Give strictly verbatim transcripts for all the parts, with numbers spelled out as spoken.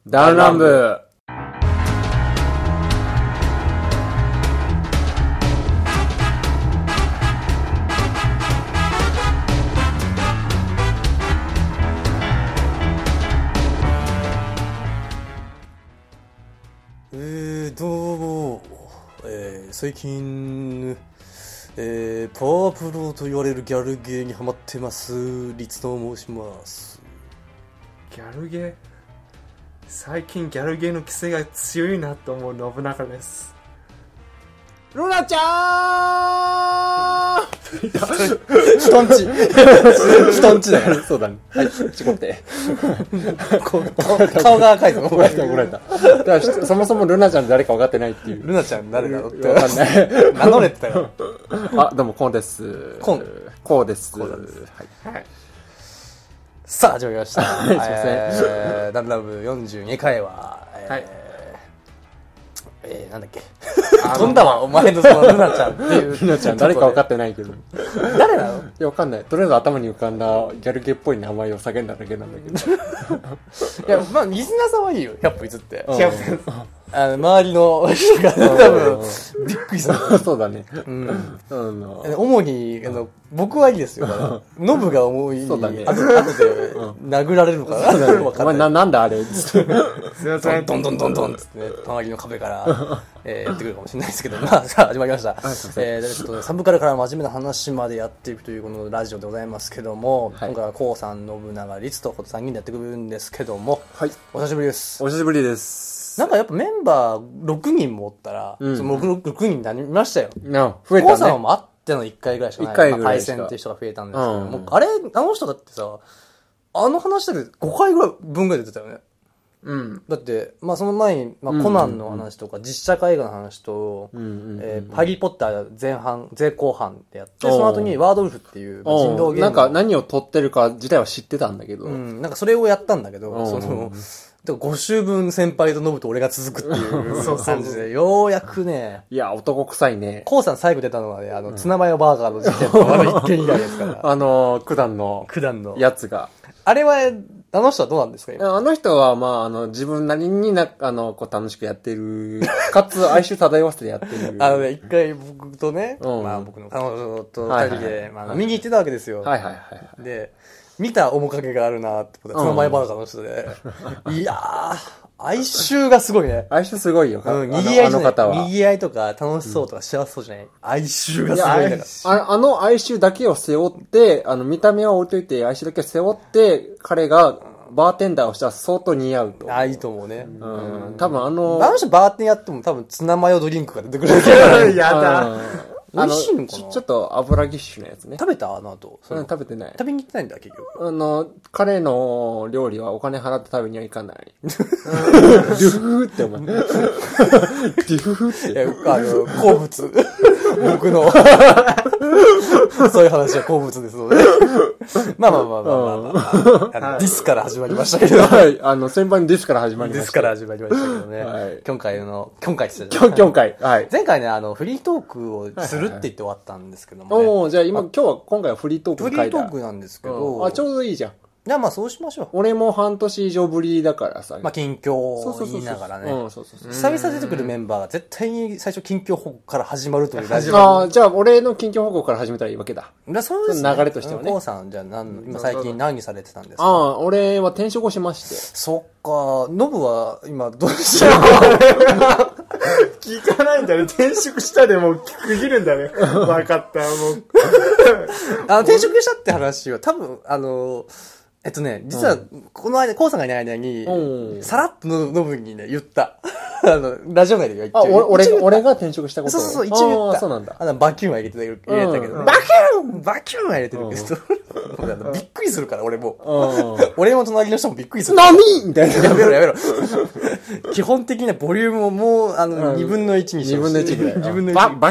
ダンランブ。 えー、どうも、えー、最近、えー、パワープロと言われるギャルゲーにハマってますリツと申します。 ギャルゲー、最近ギャルゲーの規制が強いなと思う信長です。 ルナちゃーん人んち人んちだからそうだね。はい、ちこってこう顔が赤いぞ。 怒られた怒られた。だからそもそもルナちゃん誰か分かってないっていう。 ルナちゃん誰だろうって分かんない名乗れてたよ。 あ、どうもコンです。 コンコウです。 コウです。 はい、 はい、さあ始まりました。 すいません、 えー、ダンラブよんじゅうにかいは、えーはいえー、なんだっけ飛んだわ、お前のそのルナちゃんっていう。 ルナちゃん誰か分かってないけど。 誰なの？ いや、分かんない。とりあえず頭に浮かんだギャルゲーっぽい名前を叫んだだけなんだけど。 いや、まあ、リスナーさんはいいよ、ひゃっぽ譲って。 うんひゃっぽあの、周りの人が多分、びっくりする。 そうだね。 うん。 うん。 主に、あの、僕はいいですよ。ノブが重い。 そうだねあと、あとで、殴られるのかな？わかお前な、 んない。 なんだあれすいません。 ドンドンドンドンつってね、周りの壁から、えー、やってくるかもしれないですけど、まあ、さあ、始まりました。えー、ちょっとね、サブカルから真面目な話までやっていくというこのラジオでございますけども、 はい、 今回はコウさん、信長、リツとことさんにんでやってくるんですけども、 はい。 お久しぶりです。 お久しぶりです。 なんかやっぱメンバーろくにんもおったら、うん、その 6, 6人になりましたよ。 な増えたね。 コウさんはもう会ってのいっかいぐらいしかない。 いっかいぐらいしか。 まあ、パイセンっていう人が増えたんですけど、 うん、 もうあれ、あの人だってさ、あの話だけごかいぐらい分ぐらい出てたよね。 うん。 だって、まあその前に、まあコナンの話とか、実写化映画の話と、えー、ハリーポッター前半、前後半でやって、その後にワードウルフっていう、人狼ゲーム。 なんか何を撮ってるか自体は知ってたんだけど。 うん、なんかそれをやったんだけど、その、ご週分先輩とノブと俺が続くっていう感じで、ようやくね。 いや、男臭いね。 コウさん最後出たのはね、あの、ツナマヨバーガーの時点のあの一件以来ですから。 あの、九段の。 九段の。 やつが。 あれは、あの人はどうなんですか今？ あの人は、まあ、あの、自分なりにな、あの、こう楽しくやってる。かつ、哀愁漂わせてやってる。 あのね、一回僕とね、 うん、 まあ僕の彼女と二人で、まあ見に行ってたわけですよ。 はいはいはい。 で、見た面影があるなってことで、その前バーガーの人で。いやー、哀愁がすごいね。 哀愁すごいよ。 うん、にぎわいじゃない。にぎわいとか楽しそうとか幸せそうじゃない。哀愁がすごいんだから。 あ, あの哀愁だけを背負って、あの、見た目は置いといて、哀愁だけを背負って、彼がバーテンダーをしたら相当似合うと。 あ、いいと思うね。 うん。多分あの、 あの人バーテンやっても多分ツナマヨドリンクが出てくるだけだから。 やだ。 美味しいのかな？ ちょっと油ぎっしゅなやつね。 食べたあの後。 うん、食べてない。 食べに行ってないんだ、結局。 あの、彼の料理はお金払って食べにはいかない。デュフーって思う。デュフーって。 いや、あの、好物。僕の。そういう話は好物ですので。まあまあまあまあまあ、まあ、あのディスから始まりましたけど。 はい。あの、先輩のディスから始まりました。 ディスから始まりましたけどね。はい。今回の、今回してた今回。はい。 前回ね、あの、フリートークをするって言って終わったんですけどもね。 おー、じゃあ今、今日は今回はフリートークフリートークなんですけど。 あ、ちょうどいいじゃん。 じゃあまあそうしましょう。 俺も半年以上ぶりだからさ。 まあ近況を言いながらね。 うん、そうそうそう。 久々出てくるメンバーが絶対に最初近況報告から始まるというラジオ。ああ、じゃあ俺の近況報告から始めたらいいわけだ。 そうですね。 流れとしてはね。 コウさん、じゃあ何、今最近何されてたんですか？ ああ、俺は転職をしまして。 そっか、ノブは今どうしよう。 聞かないんだね。転職したでもう区切るんだね。わかった、もう。 あの、転職したって話は多分、あの、えっとね、実は、この間、コウさんがいない間に、さらっとノブにね、言った。あの、ラジオ内で言った。 あ、俺、俺が転職したことそうそうそう、一応言った。 そうなんだ。 あの、バキューンは入れてた、入れたけど、バキューンバキューンは入れてるけど、びっくりするから、俺も。俺も隣の人もびっくりする。 何みたいな。 やめろやめろ。基本的なボリュームをもう、あの、二分の一にして二分の一ぐらい。 二分の一。 バキュン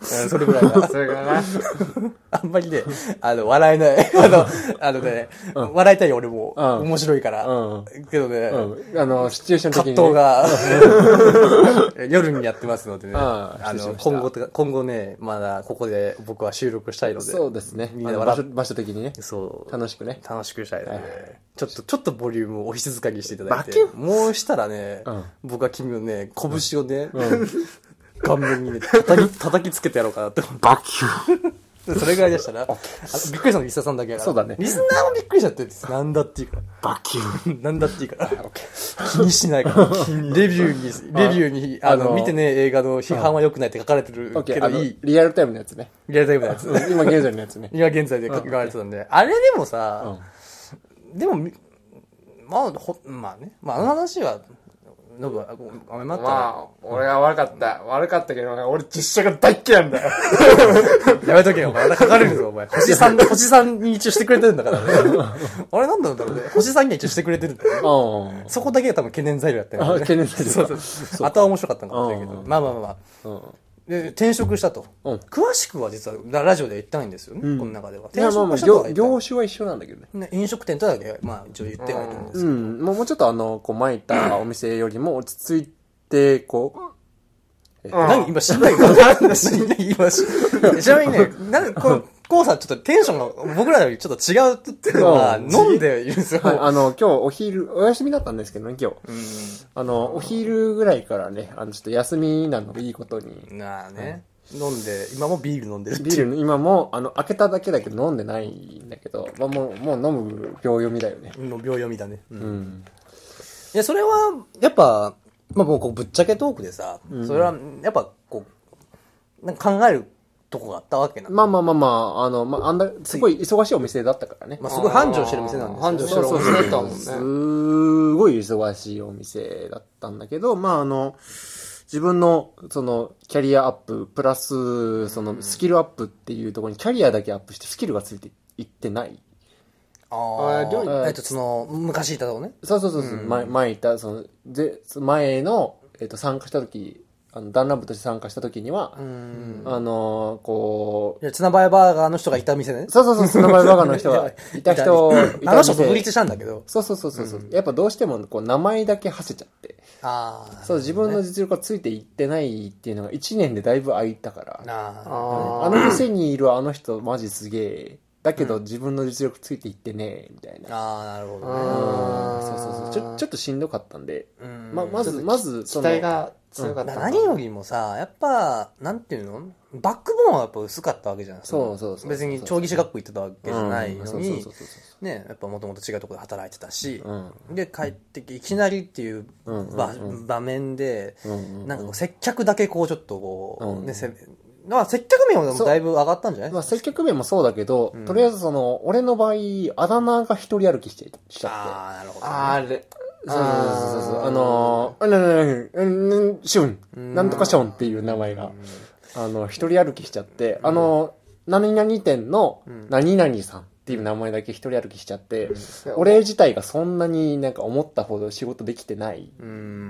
それぐらいだ。 それがな。 あんまりね、あの、笑えない。あの、あのね、うん、笑いたいよ、俺も。うん、面白いから。うん、けどね、 うん、あの、シチュエーション的に、ね。 葛藤が、夜にやってますのでね。ああの、今後、今後ね、まだここで僕は収録したいので。 そうですね。みんな場所、場所的にね。 そう。 楽しくね。 楽しくしたいので。はい、ちょっと、ちょっとボリュームをお静かにしていただいて。もうしたらね、うん、僕は君のね、拳をね、うん、顔面にね、叩き、叩きつけてやろうかなって。 バキューそれぐらいでしたな。あのびっくりしたのリスナーさんだけやから。 そうだね。 リスナーもびっくりしちゃってるんです。なんだっていいから。 バキュー。なんだっていいから。気にしないから。レビューに、レビューに、あの、見てね映画の批判は良くないって書かれてるけどいい。 リアルタイムのやつね。 リアルタイムのやつ。 今現在のやつね。 今現在で書かれてたんで。あれでもさ、でも、まあ、ほ、まあね。まあ、あの話は、ノブは、ごめん、待って。 まあ、俺が悪かった。悪かったけど、俺実写が大っ嫌いなんだよ。 やめとけよ、お前。まだ書かれるぞ、お前。星さん、星さんに一応してくれてるんだからね。あれなんだろうね。星さんには一応してくれてるんだよね。そこだけが多分懸念材料やったよね。 懸念材料。 そうそう。あとは面白かったのかもしれないけど。まあまあまあまあ。で、転職したと。詳しくは実はラジオで言ってないんですよね。この中では。 転職したとは業種は一緒なんだけどね。飲食店とだけ、まあ一応言ってはいるんですけど。 うん。もうちょっとあの、こう、前行ったお店よりも落ち着いて、こう、何今知んないか何今知ちなみにね、なんこの、コウさんちょっとテンションが僕らよりちょっと違うっていうのは飲んでいるんですよ。 はい、あの、今日お昼、お休みだったんですけどね、今日。うん、あの、お昼ぐらいからね、あの、ちょっと休みなのがいいことに。 なあね。飲んで、今もビール飲んでるってビール、今も、あの、開けただけだけど飲んでないんだけど、まあ、もう、もう飲む秒読みだよね。 もう秒読みだね。うん。うん、いや、それは、やっぱ、まあもうこうぶっちゃけトークでさ、うん、それは、やっぱ、こう、なんか考えるとこがあったわけな。 まあまあまあまあ、あの、まあ、あんだ、すごい忙しいお店だったからね。 まあすごい繁盛してる店なんですよ。 繁盛してるお店だったもんね。 すごい忙しいお店だったんだけど、まああの、自分の、その、キャリアアップ、プラス、その、スキルアップっていうところにキャリアだけアップしてスキルがついていってない。 ああ、えっと、その、昔いたとこね。 そうそうそう、うん、前、前いた、その、で、前の、えっと、参加した時、あの、ダンラブとして参加した時には、うんあのー、こう。いや、ツナバイバーガーの人がいた店ね。 そうそうそう、ツナバイバーガーの人がいた人、 いたあの人独立したんだけど。 そうそうそうそう。うん、やっぱどうしても、こう、名前だけ馳せちゃって。ああ。そう、自分の実力がついていってないっていうのがいちねんでだいぶ空いたから。ああ。あの店にいるあの人マジすげえ。だけど自分の実力ついていってねみたいな。 ああ、なるほどね。 そうそうそう。ちょ、ちょっとしんどかったんで。ま、まず、まず、 その。期待が強かった。 何よりもさ、やっぱ、なんていうのバックボーンはやっぱ薄かったわけじゃないですか。 そうそうそう。 別に調技師学校行ってたわけじゃないのに、ね、やっぱもともと違うところで働いてたし、で、帰ってきて、いきなりっていう場面で、なんかこう接客だけこうちょっとこう、ね、まあ、接客面もだいぶ上がったんじゃないまあ、接客面もそうだけど、うん、とりあえずその、俺の場合、あだ名が一人歩きしちゃって。 ああ、なるほど、ね。 あれ。そうそうそうそう。あのー、ななななシュン、なんとかションっていう名前が、あの、一人歩きしちゃって、あの、何々店の何々さんっていう名前だけ一人歩きしちゃって、俺自体がそんなになんか思ったほど仕事できてない。 うん。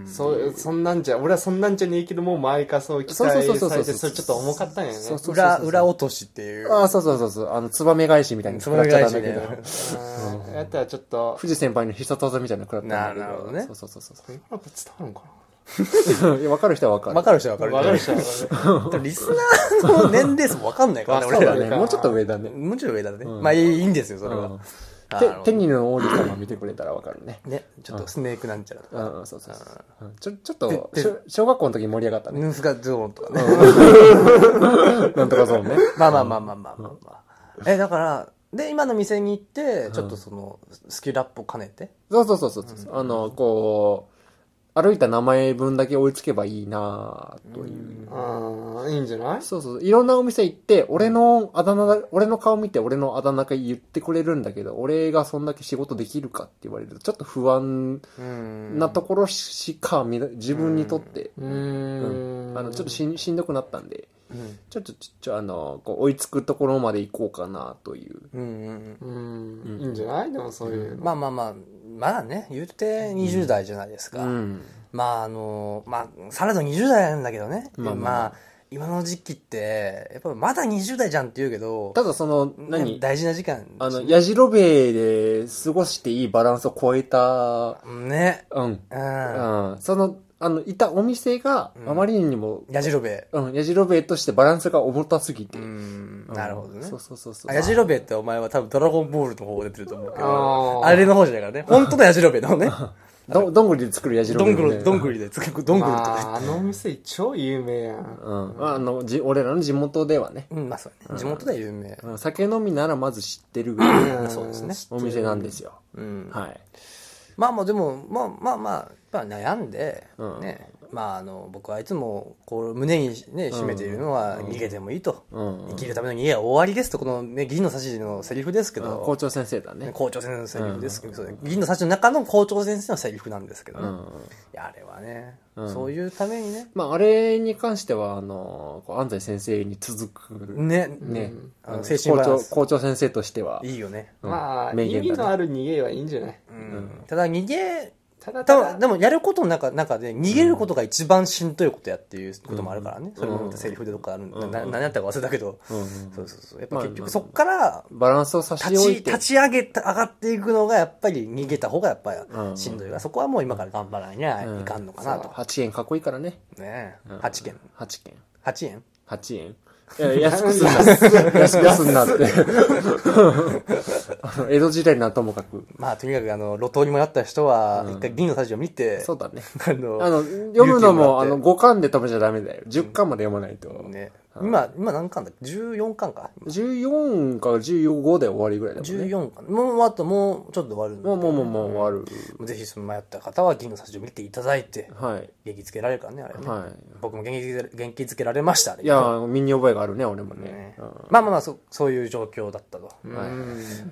そう、そんなんじゃ、俺はそんなんじゃねえけども、周りからそう期待されて、それちょっと重かったんやね。そうそう裏、裏落としっていう。 ああ、そうそうそうそう。あの、ツバメ返しみたいに使っちゃったんだけど。 やったらちょっと。 藤先輩の必殺技みたいなの食らったんだけど。 なるほどね。 そうそうそうそう。 やっぱ伝わるのかないや、分かる人は分かる。 分かる人は分かる。 分かる人は分かる。 リスナーの年齢層分かんないからね、 俺らね。もうちょっと上だね。 もうちょっと上だね。まあいいんですよ、それは。 テニの王子様見てくれたら分かるね。 ね。ちょっとスネークなんちゃらとか。 うん、そうそうそう。ちょ、ちょっと、小学校の時盛り上がったね。 ヌースガゾーンとかね。 なんとかゾーンね。 まあまあまあまあまあまあ。え、だから、で、今の店に行って、ちょっとその、スキルアップを兼ねて。 そうそうそうそう。あの、こう、歩いた名前分だけ追いつけばいいなという。 ああ、いいんじゃない？ そうそう。いろんなお店行って、俺のあだ名だ、俺の顔見て俺のあだ名が言ってくれるんだけど、俺がそんだけ仕事できるかって言われると、ちょっと不安なところしか自分にとって、うんうん、あの、ちょっとしん、しんどくなったんで、うん、ちょっと、ちょ、ちょ、あの、こう追いつくところまで行こうかなという。うんうんうん。うん、いいんじゃない？でもそういう、 うん。まあまあまあ、まだね、言うてにじゅう代じゃないですか。うん、まああの、まあ、さらににじゅう代なんだけどね。まあ、まあ、 今の時期って、やっぱまだにじゅう代じゃんって言うけど、 ただその、何大事な時間。 あの、やじろべえで過ごしていいバランスを超えた、 ね。 うん。 うん。 うん。その、あの、いたお店があまりにも、 やじろべえ。 うん、やじろべえとしてバランスが重たすぎて。うん。なるほどね。 そうそうそうそう。 やじろべえってお前は多分ドラゴンボールの方出てると思うけど、あれの方じゃないからね。本当のやじろべえの方ね。 ど、どんぐりで作るやじろべえ。 どんぐり、どんぐりで作る、どんぐりとか。 あのお店超有名やん。 うん。あの、じ、俺らの地元ではね。 うん、まあそうね。地元では有名。 酒飲みならまず知ってるぐらい。 そうですね。 お店なんですよ。 うん。 はい。 まあまあでも、まあまあまあ、やっぱ悩んで、ね。まああの、僕はいつも、こう、胸にね、締めているのは、逃げてもいいと。生きるための逃げは終わりですと、このね、銀の指のセリフですけど。 校長先生だね。 校長先生のセリフですけど、銀の指の中の校長先生のセリフなんですけどね。いや、あれはね、そういうためにね。 まああれに関しては、あの、安西先生に続く。 ね。 ね。 あの、精神バランス。 校長先生としては。 いいよね。 まあ、意味のある逃げはいいんじゃない？ うん。ただ逃げ、ただただでもやることの中中で逃げることが一番しんどいことやっていうこともあるからね、うん、それもセリフでどっかあるんだ、うん、な何やったか忘れたけど、うん、そうそうそうやっぱ結局そっからバランスを差し置いて立ち上げた上がっていくのがやっぱり逃げた方がやっぱりしんどいから、うん、そこはもう今から頑張らなきゃいかんのかなと、うん、 はちえんかっこいいからねねえ、うん、はちけんはちけんはちえんはちえんいや安くすんな安くすんなってあの江戸時代ならともかくまあとにかくあの路頭に迷った人は一回銀のさじを見て、 うん、そうだねあのあの読むのもあのごかんで止めちゃダメだよじゅっかんまで読まないと、うん、ね今、今何巻だっけ ?じゅうよん 巻か。 じゅうよんかじゅうごで終わりぐらいだもんね。 じゅうよん巻。もう、あともうちょっと終わるんだもう、もう、もう、もう終わる。 ぜひ、その迷った方は銀のさじを見ていただいて、 はい。 元気つけられるからね、あれね。 はい。 僕も元気、元気つけられました、あれ。 いや、身に覚えがあるね、俺もね。ねうん、まあまあまあ、そ、そういう状況だったと。はい。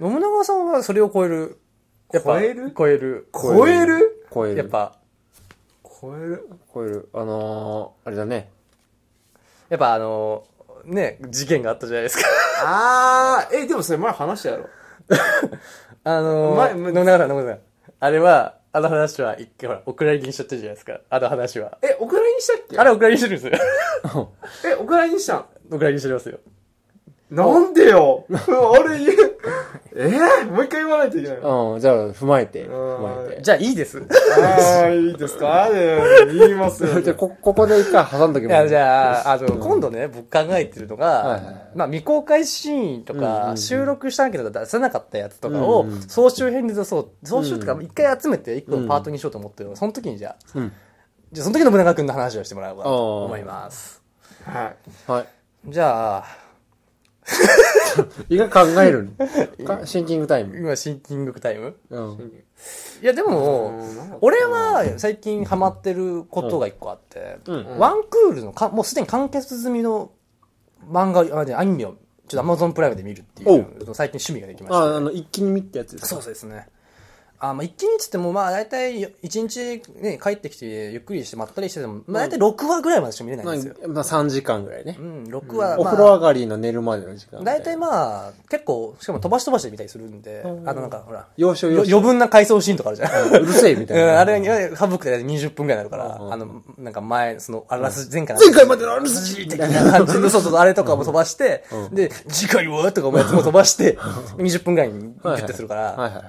信長さんはそれを超える。 やっぱ、超える超える。 超える超える。 やっぱ、 超える。 超える。あのー、あれだね。 やっぱあのー、ね、事件があったじゃないですか。 あー、え、でもそれ前話したやろ。 あのー、前、飲みながら飲みながら。あれは、あの話は一回ほら、お蔵入りにしちゃったじゃないですか。あの話は。 え、お蔵入りにしたっけあれお蔵入りしてるんですよ。 え、お蔵入りにしたんお蔵入りしてますよ。 なんでよあれ言う。えー、もう一回言わないといけない。 うん、じゃあ、踏まえて。踏まえて。 じゃあ、いいです。 ああ、いいですか言いますよ。 じゃあ、こ、ここで一回挟んどけばいい。 いや、じゃあ、あの、今度ね、僕考えてるのが、まあ、未公開シーンとか、収録したんだけど出せなかったやつとかを、総集編で出そう。総集とか、一回集めて一個のパートにしようと思ってるの。その時にじゃあ、じゃあ、その時の宗長くんの話をしてもらおうかと思います。 はい。 はい。 じゃあ、 意外考えるのシンキングタイム。 今、シンキングタイムうん。 いや、でも、俺は最近ハマってることが一個あって、うん、ワンクールのか、もうすでに完結済みの漫画、あアニメを、ちょっとアマゾンプライムで見るっていう、最近趣味ができました、ね。 あ、あの、一気に見たやつですか？ そうですね。あ、まあ、一気につっても、まあ、だいたい一日ね、帰ってきて、ゆっくりして、まったりしてても、まあ、だいたいろくわぐらいまでしか見れないんですよ。 まあ、さんじかんぐらいね。 うん、ろくわ。 お風呂上がりの寝るまでの時間。 だいたいまあ、結構、しかも飛ばし飛ばして見たりするんで、あの、なんか、ほら、 要所要所。 余分な回想シーンとかあるじゃん。 うるせえみたいな。 あれ、省くてにじゅっぷんぐらいになるから、あの、なんか前、その、あらすじ、前回前回までのあらすじ的な感じの、そうそう、あれとかも飛ばして、で、次回はとかもやつも飛ばして、にじゅっぷんぐらいにギュッてするから、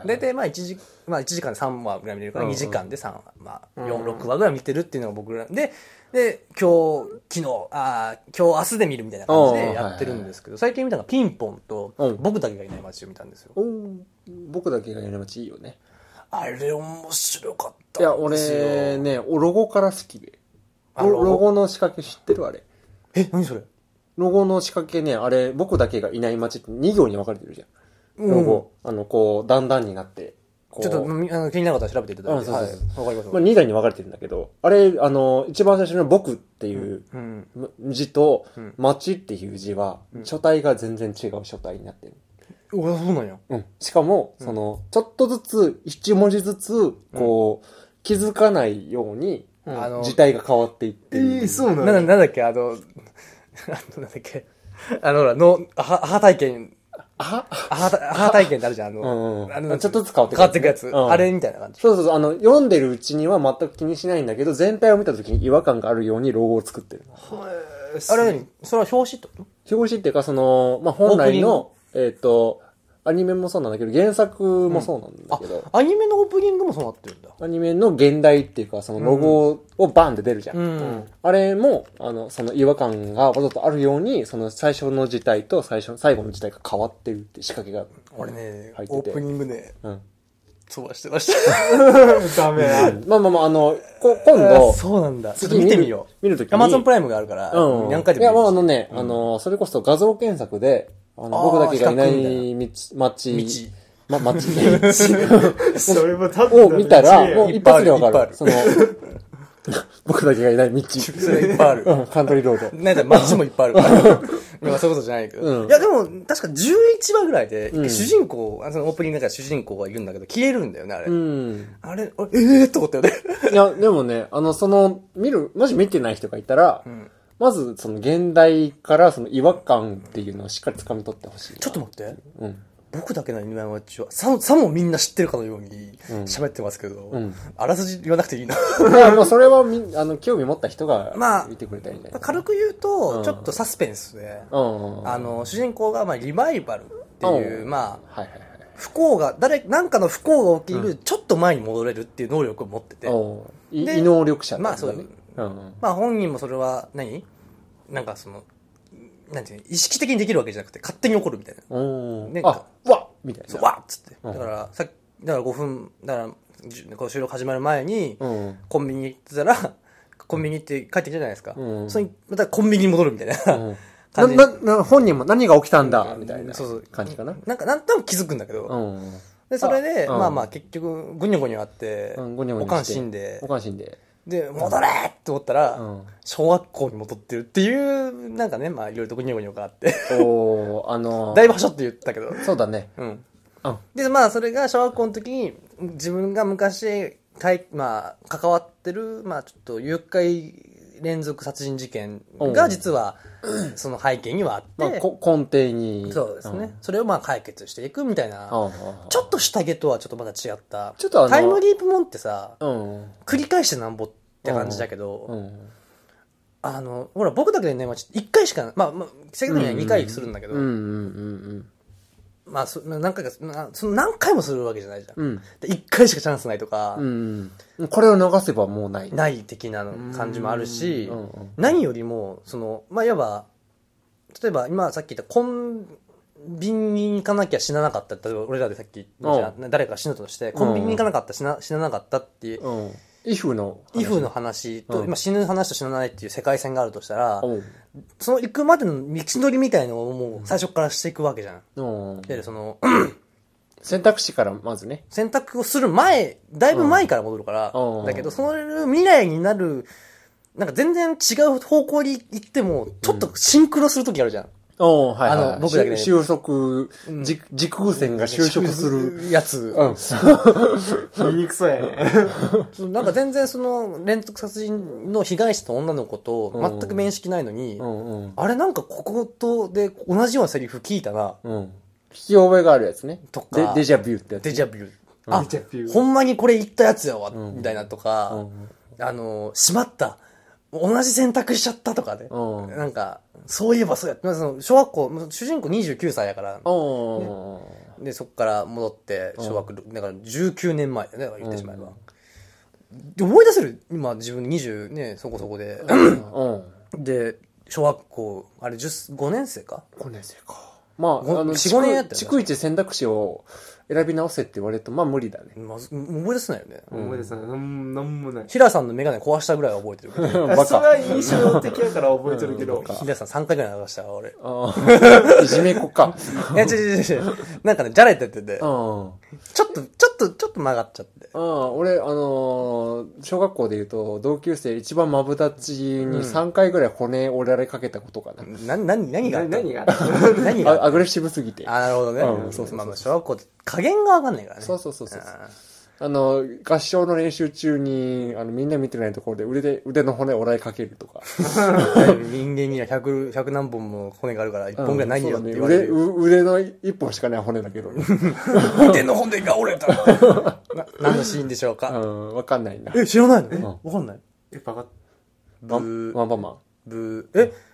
だいたいまあいちじ、まあいちじかんでさんわぐらい見れるから、にじかんでさんわ、まあよん、ろくわぐらい見てるっていうのが僕らで、で、今日、昨日、あ今日明日で見るみたいな感じでやってるんですけど、最近見たのがピンポンと、僕だけがいない街を見たんですよ。 僕だけがいない街いいよね。 あれ面白かったんですよ。 いや、俺ね、ロゴから好きで。ロゴの仕掛け知ってるあれ。 え、何それ？ ロゴの仕掛けね、あれ、僕だけがいない街ってに行に分かれてるじゃん。ロゴ。あの、こう、段々になって。 ちょっと、あの、気になる方は調べていただいて。 はい。わかります。 まあ、にだいに分かれてるんだけど、あれ、あの、一番最初の僕っていう字と、街っていう字は、書体が全然違う書体になってる。 うわ、そうなんや。 うん。しかも、その、ちょっとずつ、一文字ずつ、こう、気づかないように、あの、字体が変わっていってる。 ええ、そうなんだ。なんだっけ、あの、なんだっけ、あの、ほら、の、アハ体験、アハアハ体験ってあるじゃん、あの、 あのちょっとずつ変わってく。変わってくやつ。あれみたいな感じ。 そうそうそう、あの、読んでるうちには全く気にしないんだけど、全体を見た時に違和感があるようにロゴを作ってる。 あれ何それは表紙ってこと表紙っていうか、その、まあ、本来の、えっと、アニメもそうなんだけど、原作もそうなんだけど、 うん、アニメのオープニングもそうなってるんだ。 アニメの現代っていうか、そのロゴをバンって出るじゃん。 うん、 あれも、あの、その違和感がわざとあるように、その最初の字体と最初、最後の字体が変わってるって仕掛けが俺ね、 入ってて。 オープニングね、 うん。 飛ばしてました。 ダメだ。 まあまあまあ、あの、こ今度、 そうなんだ。ちょっと見てみよう。 見るときに。 アマゾンプライムがあるから、 うん。 何回でも見るし。 いや、まああのね、うん、あの、それこそ画像検索で、あの、僕だけがいない道、街、ま、街、 それもたを見たら、もう一発でわかる。その、僕だけがいない道。 それいっぱいある。 うん、カントリーロード。 なんか街もいっぱいあるから。まあそういうことじゃないけど。うん、いやでも、確かじゅういちわぐらいで、うん、主人公、あのオープニングだから主人公がいるんだけど、消えるんだよね、あれ。うん、あれ、あれええー、って思ったよね。 いや、でもね、あの、その、見る、もし見てない人がいたら、うん、まず、その、現代から、その、違和感っていうのをしっかり掴み取ってほしい。 ちょっと待って。うん。僕だけのアニメはさ、さもみんな知ってるかのように喋ってますけど、うん、あらすじ言わなくていいの。 いや、まあそれはみ、あの、興味持った人が見てくれたらいいんじゃない、 まあ、軽く言うと、ちょっとサスペンスで、うん、あの、主人公が、まあ、リバイバルっていう、うん、まあ、はいはいはい、不幸が、誰、なんかの不幸が起きる、ちょって前に戻れるっていう能力を持ってて。 で異能力者だね。まあそう、うん、まあ本人もそれは何、なんかその、なんていうの、意識的にできるわけじゃなくて、勝手に起こるみたいな。 ね、あ、わっみたいな。 そう、わっつって。だから、さっき、だからごふん、だから、こう収録始まる前に、うん、コンビニ行ってたら、コンビニ行って帰ってきたじゃないですか。うん、それまたコンビニに戻るみたいな、うん、感じ。 な、な、本人も何が起きたんだ、みたいな感じかな。 なんか、なんとなく気づくんだけど、うん、で、それで、まあまあ結局、ぐにょぐにょあって、おかん死んで、 おかん死んで、 で、戻れって思ったら、うん、小学校に戻ってるっていう、なんかね、まあ、いろいろとゴニョゴニョがあって。おあのー、だいぶはしょって言ったけど。 そうだね。 うん。うん、で、まあ、それが小学校の時に、自分が昔、まあ、関わってる、まあ、ちょっと、誘拐連続殺人事件が、実は、その背景にはあって。まあ、 根底に。 そうですね。うん、それをまあ、解決していくみたいな、うん、ちょっと下着とはちょっとまた違った。ちょっとあのタイムリープもんってさ、うん、繰り返してなんぼって感じだけど、うんうん、あの、ほら、僕だけでね、まあ、いっかいしか、まあ、まあ、正確にはにかいするんだけど、まあ、そ何回か、その何回もするわけじゃないじゃん。うん、でいっかいしかチャンスないとか、 うんうん、これを逃せばもうない。 ない的な感じもあるし、うんうん、何よりも、その、まあ、いわば、例えば今さっき言ったコンビニに行かなきゃ死ななかった。例えば俺らでさっき言った、誰か死ぬとして、コンビニに行かなかったら死な、死ななかったっていう、うんイフの話。イフの話と、うん、今死ぬ話と死なないっていう世界線があるとしたら、うん、その行くまでの道のりみたいのをもう最初からしていくわけじゃん。うん、で、その、 選択肢からまずね。 選択をする前、だいぶ前から戻るから、うん、だけど、その未来になる、なんか全然違う方向に行っても、ちょっとシンクロするときあるじゃん。 おはいはい、あの、僕だけで、ね。収束、時、時空線が収束する。 やつ。 うん。言いにくそうやね。 なんか全然その、連続殺人の被害者と女の子と全く面識ないのに、うんうん、あれなんかこことで同じようなセリフ聞いたな。うん。 聞き覚えがあるやつね。 とか。 デジャビューってやつ。 デジャビュー。あ、デジャビュー。ほんまにこれ言ったやつやわ、みたいなとか、うん、あの、しまった。同じ選択しちゃったとかね。うん、なんか、そういえばそうやって、その小学校、主人公にじゅうきゅうさいやから、ね、で、そこから戻って、小学、だからじゅうきゅうねんまえだね、言ってしまえば。で思い出せる今、自分にじゅうね、そこそこで。で、小学校、あれ、ごねん生か ? ご 年生か。まあ、あの、よん、ごねんやったよね。逐一選択肢を選び直せって言われると、まあ無理だね。 まず、思い出せないよね。 思い出せない。なん、なんもない。 平さんのメガネ壊したぐらいは覚えてる。 バカ。それは印象的やから覚えてるけど。 平さんさんかいぐらい流したわ、俺。 いじめっ子か。 いや、違う違う違う。なんかね、じゃれってやってて。ちょっと、ちょっと、ちょっと曲がっちゃって。 ああ、俺、あのー、小学校で言うと、同級生一番マブダチにさんかいぐらい骨折られかけたことかな。 な、な、何が何が何がアグレッシブすぎて。 あ、なるほどね。うん、そうそうそう。まあ、小学校って加減がわかんないからね。 そうそうそうそう。あの、合唱の練習中に、あの、みんな見てないところで腕で、腕の骨折られかけるとか。 人間には百、百何本も骨があるから一本ぐらいないよって言われる、 うんね、腕、腕の一本しかない骨だけど。 腕の骨が折れたな。何のシーンでしょうか。 うん、わかんないな。 え、知らないの？え、わかんない。 え、バカブー。ワンパンマン。 ブー。え、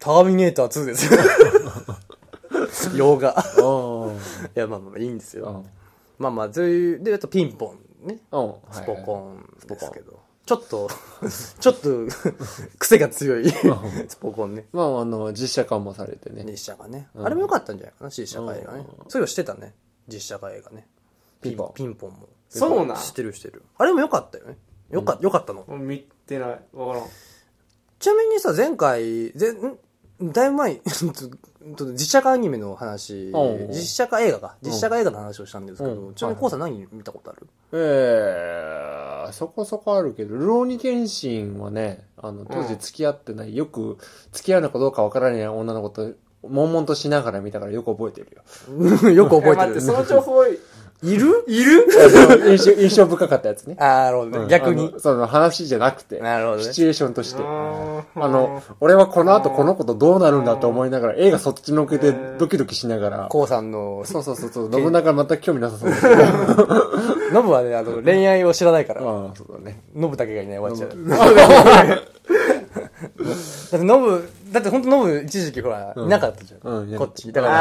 ターミネーターツーです洋画いやまあまあいいんですよまあまあそういうであとピンポンねスポコンですけどちょっとちょっと癖が強いスポコンねまああの実写化もされてね実写化ねあれも良かったんじゃないかな実写化映画ねそういうのしてたね実写化映画ねピンポンピンポンもそうなんしてるしてるあれも良かったよねよか、うん、よかったの見てないわからんちなみにさ前回ぜんだいぶ前実写化アニメの話実写化映画か実写化映画の話をしたんですけど、うん、ちなみにコウさん何見たことある？ えー、そこそこあるけど、ルローニケンシンはね、あの、当時付き合ってない、うん、よく付き合うのかどうかわからない女の子と、悶々としながら見たからよく覚えてるよ。よく覚えてる。 待って、その情報、 いるいる印象、印象深かったやつね。 ああ、なるほどね。逆に。 その話じゃなくて、 なるほどね。 シチュエーションとして。あの、俺はこの後この子とどうなるんだと思いながら、映画そっちのけてドキドキしながら。 コウさんの。 そうそうそうそう、信長全く興味なさそうだけど。 ノブはね、あの、恋愛を知らないから。 ああ、そうだね。 ノブだけがいない終わっちゃう。だってノブ、だって本当ノブ一時期ほら、いなかったじゃん。こっち。だから、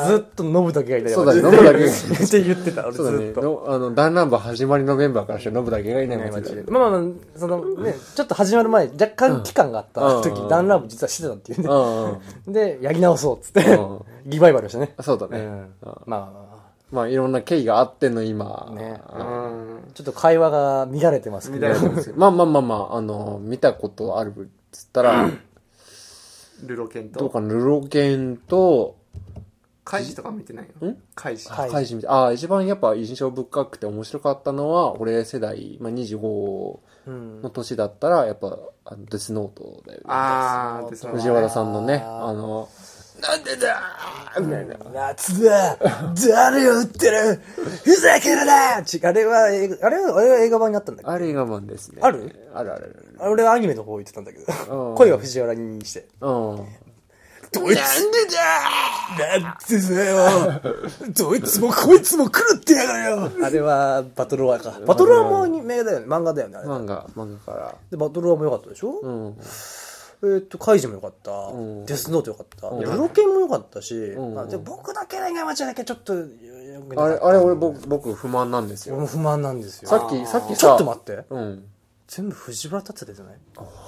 ずっとノブだけがいない。 そうだね、ノブだけがいない。 って言ってた、俺ずっと。 あの、ダンランバー始まりのメンバーからしてノブだけがいない街で。まあまあ、そのね、ちょっと始まる前、若干期間があった時、ダンランバー実はしてたっていうね。で、やり直そうっつって、リバイバルしてね。 そうだね。 まあ、 まあいろんな経緯があっての今。 ね。ちょっと会話が乱れてますけど。乱れてますまあまあまあまあ、あの、見たことあるっつったら、 ルロケンとどうかな、ルロケンと、 カイジとか見てないの？ んカイジ。 カイジ見て、ああ、一番やっぱ印象深くて面白かったのは、俺世代、まあにじゅうごの年だったら、やっぱ、あのデスノートだよね。 ああ、デスノート。 藤原さんのね、あの、なんでだーみたいな。 夏だ誰を撃ってるふざけるなちあれは映画、あれは、あれは映画版になったんだっけ？ あれ映画版ですね。 あるあるあるある。俺はアニメの方言ってたんだけど。声は藤原にして。 うん。 どいつなんでだなんてだよどいつもこいつも狂ってやがるよあれはバトルワーか。バトルワーもアニメだよね。漫画だよね。 漫画、漫画から。 で、バトルワーも良かったでしょ？うん。えっと、カイジも良かった。デスノート良かった。ルロケンも良かったし、僕だけ恋愛街だけちょっと、 あれ、あれ俺僕不満なんですよ。 俺も不満なんですよ。 さっき、さっきさ。 ちょっと待って。 うん。 全部藤原達也じゃない？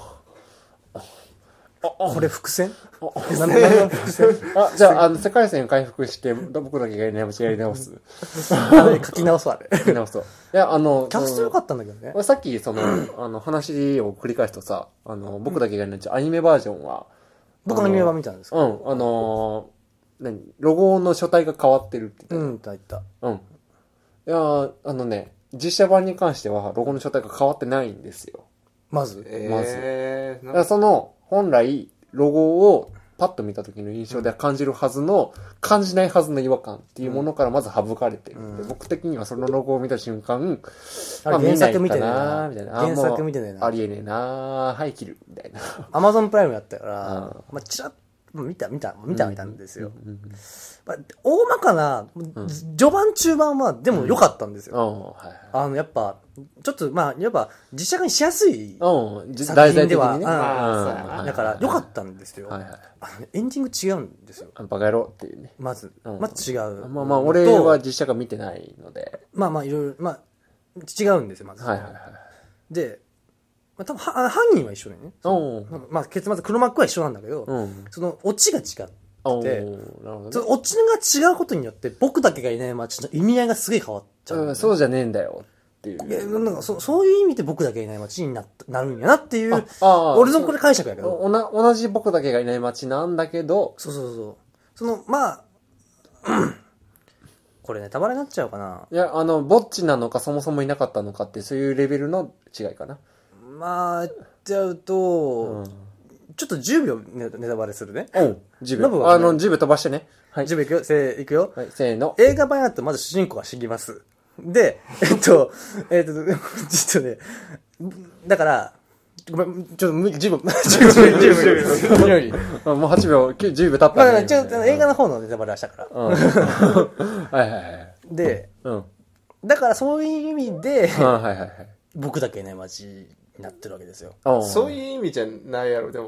これ伏線？何の伏線？ あ、じゃあ、あの、世界線回復して、僕だけがいない街やり直す。 あれ、書き直そう、あれ。 書き直そう。いや、あの、 キャスト良かったんだけどね。 俺さっき、その、あの、話を繰り返すとさ、あの、僕だけがいないアニメバージョンは、 僕のアニメ版見たんですか？ うん、あの、何ロゴの書体が変わってるって言った。うん、言った。 うん。いや、あのね、実写版に関しては、ロゴの書体が変わってないんですよ。 まず。 まず。だからその、本来、ロゴをパッと見た時の印象で感じるはずの、感じないはずの違和感っていうものからまず省かれてる、うん、で僕的にはそのロゴを見た瞬間、 あれ原作見てねえなみたいな。原作見てねえな。 ありえねえなはい、切るみたいな。 アマゾンプライムやったから、うん、まあ、ちらっ見た、見た、見た、見たんですよ。うんうんうんまあ、大まかな、うん、序盤中盤はでも良かったんですよ。うんはいはい、あの、やっぱ、ちょっと、まあ、やっぱ、実写化にしやすい作品では、ねうん、だから良かったんですよ。はいはい、あのエンディング違うんですよ。 バカ野郎っていうね。 まず、うん、まず違う。 まあまあ、俺は実写化見てないので。 まあまあ、いろいろ、まあ、違うんですよ、まず。はいはいはい。で、まあ、多分は犯人は一緒だよね。まあ、結末黒幕は一緒なんだけど、うん、そのオチが違って、ね、そのオチが違うことによって僕だけがいない街の意味合いがすげえ変わっちゃう、ねうん、そうじゃねえんだよっていう。 いやなんか そ, そういう意味で僕だけがいない街に な, なるんやなっていう、俺のこれ解釈やけど。 おな同じ僕だけがいない街なんだけど、 そうそうそう。その、まあ、うん、これネタバレになっちゃうかな。 いや、あの、ぼっちなのかそもそもいなかったのかってそういうレベルの違いかな。 まあ、言っちゃうと、うん、ちょっとじゅうびょうネタバレするね。 うん。じゅうびょう。あの、じゅうびょう飛ばしてね。 はい。じゅうびょういくよ。せー、いくよ。 はい、せーの。 映画版やとまず主人公が死にます。で、えっと、えっと、ちょっとね、だから、ごめん、ちょっと、じゅうびょう、じゅうびょう、じゅうびょう、じゅうびょう、じゅうびょう。 もうはちびょう、じゅうびょう経った、 ね。まあ、ちょっと映画の方のネタバレはしたから。うん。はいはいはい。 で、うん。だからそういう意味で、はいはいはい。僕だけいない街になってるわけですよ。 そういう意味じゃないやろ、でも。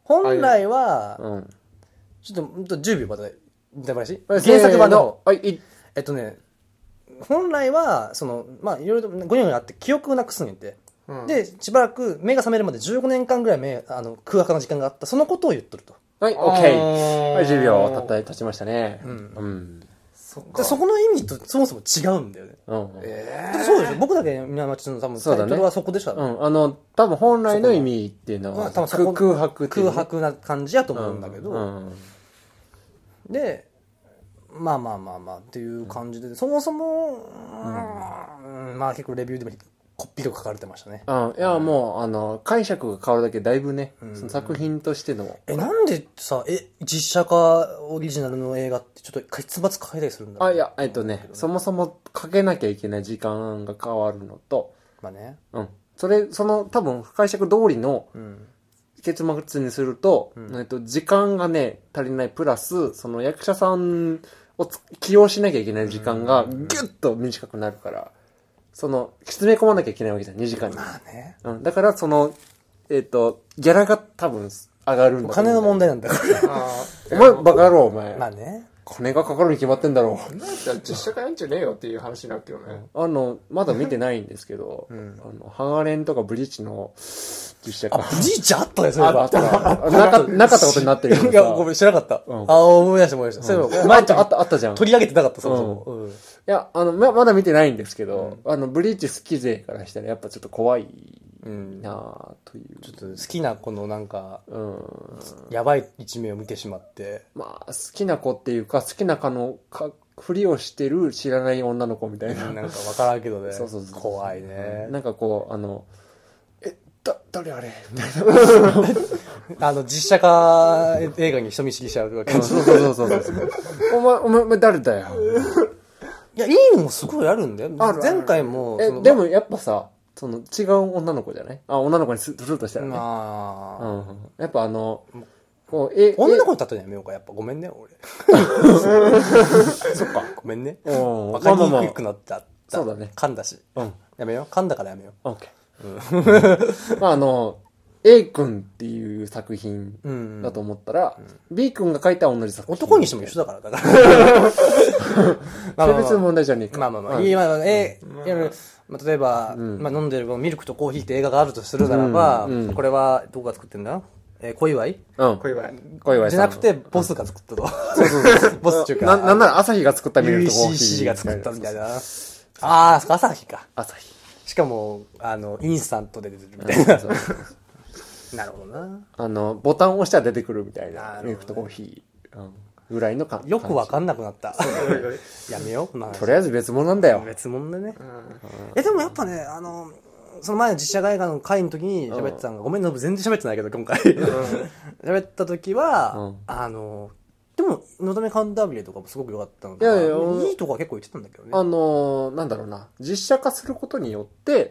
本来は、 うん。 ちょっと、じゅうびょうまで、ネタバレし原原作版の、 はい、 えっとね、本来は、その、まあ、いろいろとごにょごにょあって記憶をなくすんやって。うん、で、しばらく目が覚めるまでじゅうごねんかんぐらい目、あの、空白の時間があった。そのことを言っとると。 はい、オッケー。はい、じゅうびょうたった、経ちましたね。 うん。 うん。 そ, そこの意味とそもそも違うんだよね。うん。えー、そうでしょ。僕だけ南町の多分タイトルはそこでした、ね。 うん。あの、多分本来の意味っていうのは、多分空白っていう、 ね、空白な感じやと思うんだけど。うんうん、で、まあまあまあまあっていう感じで、そもそも、うん、まあ結構レビューでもこっぴどく書かれてましたね。 うん。いや、もう、あの、解釈が変わるだけだいぶね、うん、その作品としての。 え、なんでさ、え、実写化オリジナルの映画ってちょっと結末変えたりするんだろう、 あ、いや、えっとね、そもそもかけなきゃいけない時間が変わるのと、 まあね。 うん。それ、その、多分、解釈通りの、結末にすると、うん、えっと、時間がね、足りないプラス、その役者さんを起用しなきゃいけない時間がギュッと短くなるから、その、詰め込まなきゃいけないわけじゃん、にじかんに。 まあね。 うん。だから、その、えっ、ー、と、ギャラが多分上がるんだ。 お金の問題なんだから。 お前、バカ野郎、お前。 まあね。 金がかかるに決まってんだろう。 なんか実写化やんじゃねえよっていう話になるけどね。 あの、まだ見てないんですけど、うん、あの、ハガレンとかブリーチの実写化。 あ、ブリーチあったね、それあった。なか、なかったことになってるけどさ。 いや、ごめん、知らなかった。うん、あ、思い出した思い出した。そういえば、 前あった、あった、あったじゃん。 取り上げてなかった、そもそも。うん。いや、あの、ま、まだ見てないんですけど、あの、ブリーチ好き勢からしたらやっぱちょっと怖いなぁという。 ちょっと好きな子のなんか、うん。やばい一面を見てしまって。 まあ、好きな子っていうか、好きな子の、か、ふりをしてる知らない女の子みたいな。 なんかわからんけどね。 そうそうそう。 怖いね。 なんかこう、あの、え、だ、誰あれみたいな。あの、実写化映画に人見知りしちゃうわけ。 そうそうそうそうそう。お前、お前、お前誰だよ。 いや、いいのもすごいあるんだよ。ある前回も。 え、でもやっぱさ、その違う女の子じゃないあ、女の子にするとしたらね。ああ。うん。やっぱあの、 こう、え、女の子に例えやめようか、やっぱ。ごめんね、俺。そっか。ごめんね。わかりにくくなっちゃった。 そうだね。 噛んだし。うん。やめよう。噛んだからやめよう。オッケー。まああの、A 君っていう作品だと思ったら、うん、B 君が書いた同じ作品。 男にしても一緒だから、だから。 まあまあ別の問題じゃねえか。 まあまあまあ。いい、まあ、え、まあ、例えば、うん、まあ飲んでるミルクとコーヒーって映画があるとするならば、うんうん、これはどこが作ってんだえー、小祝いうん。小祝い。小祝いじゃなくて、ボスが作ったと。そうそうそう。ボスっていうか。 な、なんなら朝日が作ったミルクとコーヒー。 ユーシーシー が作ったみたいな。ああ、朝日か。 朝日。 しかも、あの、インスタントで出てるみたいな。そうそうなるほどな。 あの、ボタンを押したら出てくるみたいな。ミルクとコーヒー。うん。ぐらいの感じ。よくわかんなくなった。やめよう。 とりあえず別物なんだよ。 別物でね。え、でもやっぱね、あの、その前の実写映画の回の時に喋ってたのが、ごめん、ノブ全然喋ってないけど、今回。喋った時は、あの、でも、のだめカンタービレとかもすごく良かったので、いやいや、いいとこは結構言ってたんだけどね。 あのー、なんだろうな、実写化することによって、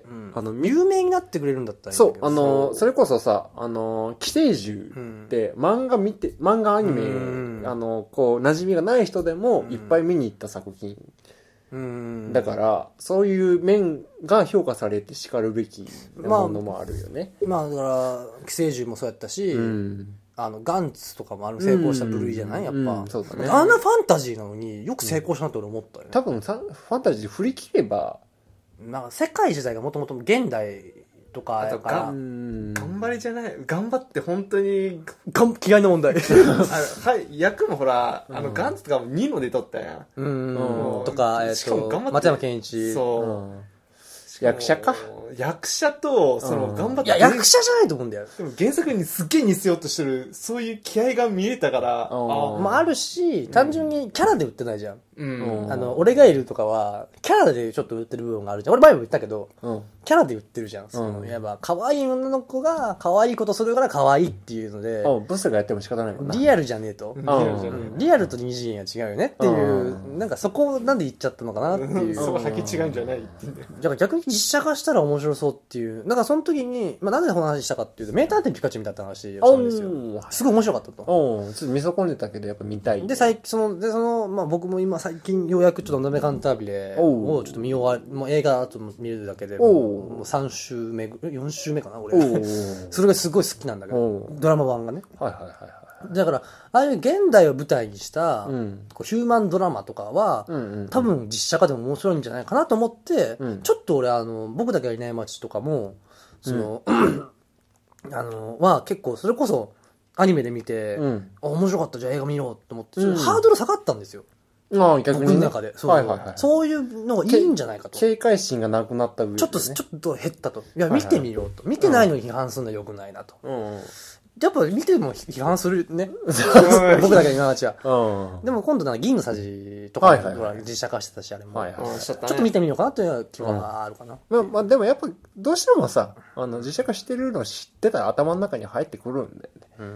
うん、あの、有名になってくれるんだったらいいんだけど。そう、あのー、それこそさ、あのー、寄生獣って漫画見て、漫画アニメ、うん、あのー、こう、馴染みがない人でもいっぱい見に行った作品。うん、だから、そういう面が評価されて叱るべきものもあるよね。 まあ、まあ、だから、寄生獣もそうやったし、うんあの、ガンツとかもある成功した部類じゃないやっぱ、うんそうだね。あんなファンタジーなのによく成功したなって俺思ったよね。 多分さ、ファンタジー振り切れば、 なんか世界自体がもともと現代とかやから。 頑張りじゃない頑張って本当に、 がん嫌いな問題。 はい、役もほら、あの、ガンツとかもにも出とったやん。 うん。とか、えっと、松山ケンイチ。 そう。 役者か役者と、その、頑張って。 いや、役者じゃないと思うんだよ。 でも原作にすっげえ似せようとしてる、そういう気合が見えたから。 あまあ、あるし、単純にキャラで売ってないじゃん。うん。あの、俺がいるとかは、キャラでちょっと売ってる部分があるじゃん。俺前も言ったけど、うん、キャラで売ってるじゃん。その、いわば、可愛い女の子が可愛いことするから可愛いっていうので。 うん、ブスがやっても仕方ないもんな。 リアルじゃねえと。リアルじゃねえ。リアルと二次元は違うよねっていう、なんかそこをなんで言っちゃったのかなっていう。 そこ先違うんじゃないってだから逆に実写化したら面白そうっていう。なんかその時に、まあなんでこの話したかっていうと、名探偵ピカチュウみたいな話をしたんですよ。すごい面白かったと。 おちょっと見損ねたけどやっぱ見たい。 で、最近、その、で、その、まあ僕も今、 最近ようやくちょっとのだめカンタービレをちょっと見終わり、もう映画と見るだけでもうさん週目、よん週目かな俺。それがすごい好きなんだけど、ドラマ版がね。 はいはいはいはい。 だから、ああいう現代を舞台にした、うん、こうヒューマンドラマとかは、うんうんうん、多分実写化でも面白いんじゃないかなと思って、うん、ちょっと俺あの、僕だけがいない街とかも、その、うん、あの、は結構それこそアニメで見て、うん、あ面白かったじゃあ映画見ようと思って、うん、ハードル下がったんですよ。 ああ、逆に、ね。 僕の中で。そう、はいはいはい。そういうのがいいんじゃないかと。 警戒心がなくなった分、ね、 ちょっと、ちょっと減ったと。いや、見てみようと。見てないのに批判するのは良くないなと。うんうんやっぱ見ても批判するね。僕だけ今町は。うん、でも今度なんか銀のさじとか、はいはいはい、実写化してたし、あれも、はいはいはい。ちょっと見てみようかなという気はあるかな。 うん、まあ、まあでもやっぱどうしてもさ、あの実写化してるの知ってたら頭の中に入ってくるんだよね。うん、うん。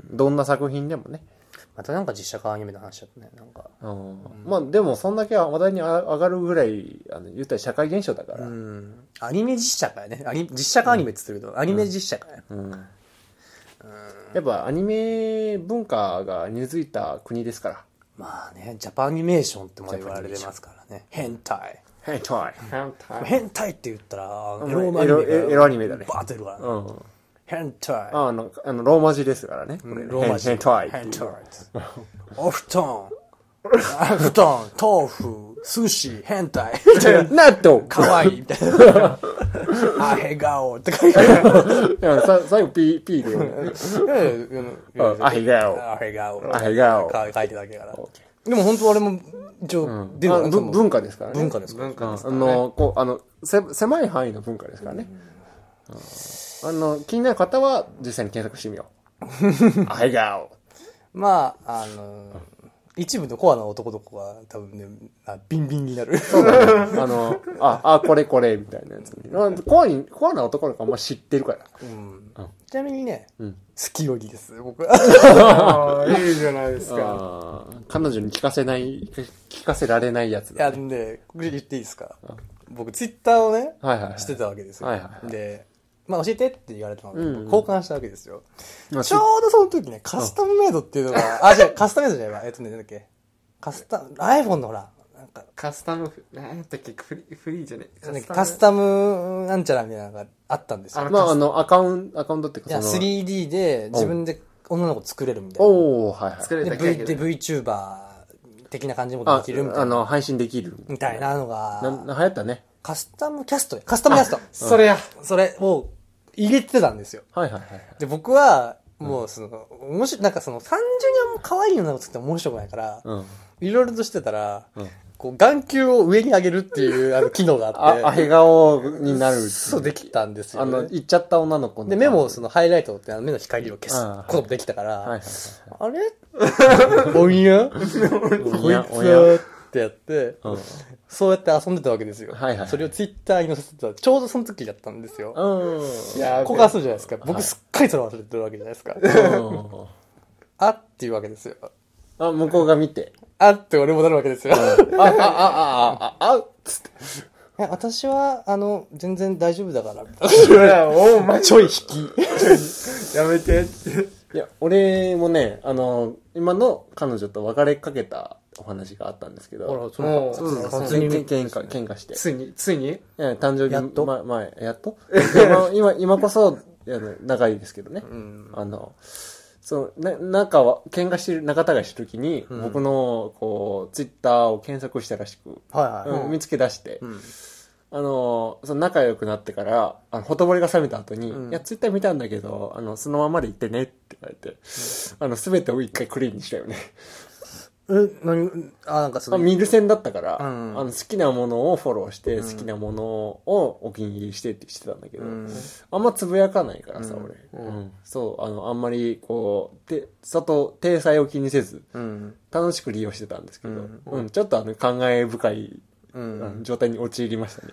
どんな作品でもね。 またなんか実写化アニメの話だとね、なんか。 うん。まあでもそんだけ話題に上がるぐらい、あの言ったら社会現象だから。うん。アニメ実写化やね。実写化アニメって言ってるけど、アニメ実写化や。うん。うんやっぱアニメ文化が根付いた国ですから。 まあね、ジャパンアニメーションっても言われてますからね。変態。 変態。 変態。変態って言ったら、 エロアニメ。エロアニメだね。 バーッと出るから。うん。変態。 あの、あの、ローマ字ですからね。 ローマ字。 変態。 変態。お布団。布団、豆腐、寿司、変態。 納豆。 かわいい。みたいな。あへ顔って書いてある。 最後 P、P で。あへ顔。 あへ顔。 あへ顔。 書いてただけだから。でも本当あれも、一応、出る文化ですからね。 文化ですから。 あの、こう、あの、狭い範囲の文化ですからね。あの、気になる方は実際に検索してみよう。あへ顔。 まあ、あの、一部のコアな男の子は多分ね、あビンビンになる。 そうだね。あの、あ、あ、これこれ、みたいなやつに。コアに、コアな男の子はあんま知ってるから。うん。 うん、ちなみにね、うん、好きよりです、僕は。 ああ、いいじゃないですか。 彼女に聞かせない、聞かせられないやつだ、ね。いや、で、これ言っていいですか、うん、僕、ツイッターをね、はいはいはい、してたわけですよ。はいはいはい、で、まあ教えてって言われたので、うんうん、交換したわけですよ。まあ、ちょうどその時ね、カスタムメイドっていうのが、あ、じゃあカスタムメイドじゃないわ。えっとね、なんだっけ。カスタム、iPhone のほら、なんか。 カスタム、なんだっけ、フリー、フリーじゃねえ。カスタムなんちゃらみたいなのがあったんですよ。 まあ、あの、アカウント、アカウントっていうか、 いや、スリーディー で自分で女の子作れるみたいな。 おー、はいはい。 作れるだけで。で、VTuber 的な感じのことできるみたいな。 あの、配信できる。 みたいなのが。 な、流行ったね。 カスタムキャストカスタムキャスト。 それや。 それを入れてたんですよ。 はいはいはい。 で、僕は、もうその、面白い、なんかその、単純に可愛いのを作って面白くないから、うん。いろいろとしてたら、うん、こう眼球を上に上げるっていうあの機能があって。 あ、あへ顔になる。 そうできたんですよ、 ね。あの、行っちゃった女の子の。 で、目もそのハイライトってあの目の光を消すこともできたから、はいはいはい、あれおんやこいつはってやって、うん、そうやって遊んでたわけですよ。はいはい、それをツイッターに載せてた。ちょうどその時だったんですよ。うん。いや、告発するじゃないですか。僕すっかりそれ忘れてるわけじゃないですか。あっていうわけですよ。 あ、向こうが見て。 あって俺もなるわけですよ。あ、あ、 あ、あ、あ、あ、つって。 私は、あの、全然大丈夫だから。いや、お前ちょい引き。 やめてって。 いや、俺もね、あの、今の彼女と別れかけたお話があったんですけど。 あら、そう、そう、 そう、そう、喧嘩、喧嘩して。 ついに、ついにいや、誕生日、 やっとま、前、やっと今、今こそ、長いですけどね。うん、あの、そう、な、仲は、喧嘩してる、仲違いした時に、うん、僕の、こう、ツイッターを検索したらしく、はいはい、うん、見つけ出して、うん、あの、その仲良くなってから、あの、ほとぼりが冷めた後に、うん、いや、ツイッター見たんだけど、あの、そのままで言ってねって言われて、うん、あの、すべてを一回クリーンにしたよね。 え、何あ、なんかその。 見る線だったから、うん、あの、好きなものをフォローして、うん、好きなものをお気に入りしてってしてたんだけど、うん、あんまつぶやかないからさ、うん、俺、うん。そう、あの、あんまり、こう、て、外、体裁を気にせず、うん、楽しく利用してたんですけど、うんうん、ちょっとあの、感慨深い、うん、状態に陥りましたね。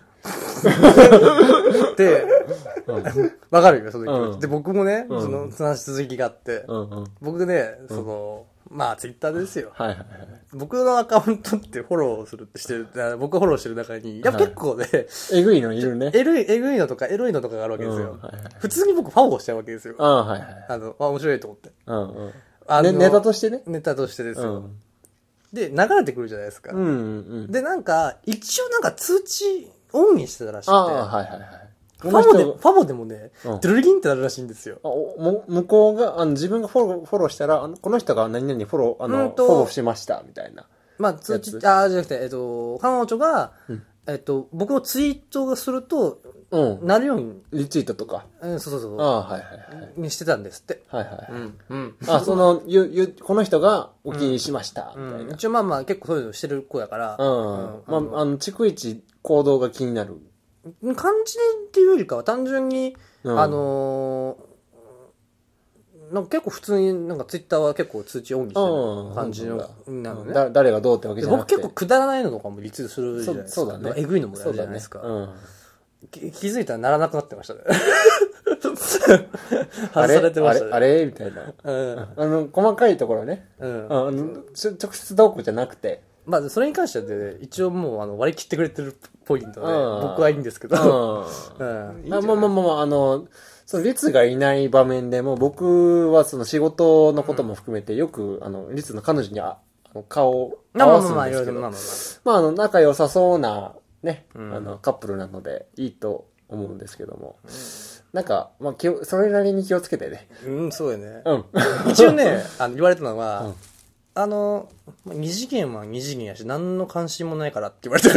で、わ、うん、かるよ、その気持ち、うん。で、僕もね、うん、その、その続きがあって、うんうん、僕ね、その、まあ、ツイッターですよ。はいはいはい。僕のアカウントってフォローするってしてる、僕がフォローしてる中に、やっぱ結構ね、はい、 えぐいのいるね。 えぐい、えぐいのとか、エロいのとかがあるわけですよ。うんはいはい、普通に僕ファンをしちゃうわけですよ。あはいはい。あの、あ、面白いと思って。うんうん。あのネ、 ネタとしてね。 ネタとしてですよ。 で、流れてくるじゃないですか。 うんうん。 で、なんか、一応なんか通知オンにしてたらしくて。 ああ、はいはいはい。 ファボで、ファボでもね、 うん、 ドゥルリンってなるらしいんですよ。 あも向こうが、あの自分がフォロー、フォローしたら、あのこの人が何々フォロー、あの、フォローしました、みたいな。 まあ、通知、ああ、じゃなくて、えっと、彼女が、うん、えっと、僕のツイートがすると、うん。なるように。 リツイートとか。 うん、そうそうそう。 ああ、はいはいはい。 にしてたんですって。 はいはい。うん。 うん。 あ、その、ゆ、ゆ、この人がお気に入りしました、みたいな、うん。 一応まあまあ結構そういうのしてる子やから。 うん。うん、まあ、あの、逐一行動が気になる。 感じっていうよりかは単純に、うん、あのー、なんか結構普通になんかツイッターは結構通知オンにしてる感じの、なのね。 だ誰がどうってわけじゃなくて。 僕結構くだらないのとかもリツイートするじゃないですか。 そうだね。 えぐいのもやるじゃないですか。 うん、 気づいたらならなくなってましたね。 外されてましたね。あれあれみたいな。うん。あの、細かいところね。うん。あの、直接どうこうじゃなくて。 まあ、それに関しては、ね、一応もうあの割り切ってくれてるポイントで、僕はいいんですけど。 うん。まあまあまあまあ、あの、その、律がいない場面でも、僕はその仕事のことも含めて、よく、あの、律の彼女にあの顔を合わすんですけど、まあ、あの、仲良さそうな、ね、あの、カップルなので、いいと思うんですけども。なんか、まあ、気を、それなりに気をつけてね。 うん、そうよね。 うん。 一応ね、あの、言われたのは、うんあの、二次元は二次元やし、何の関心もないからって言われたから。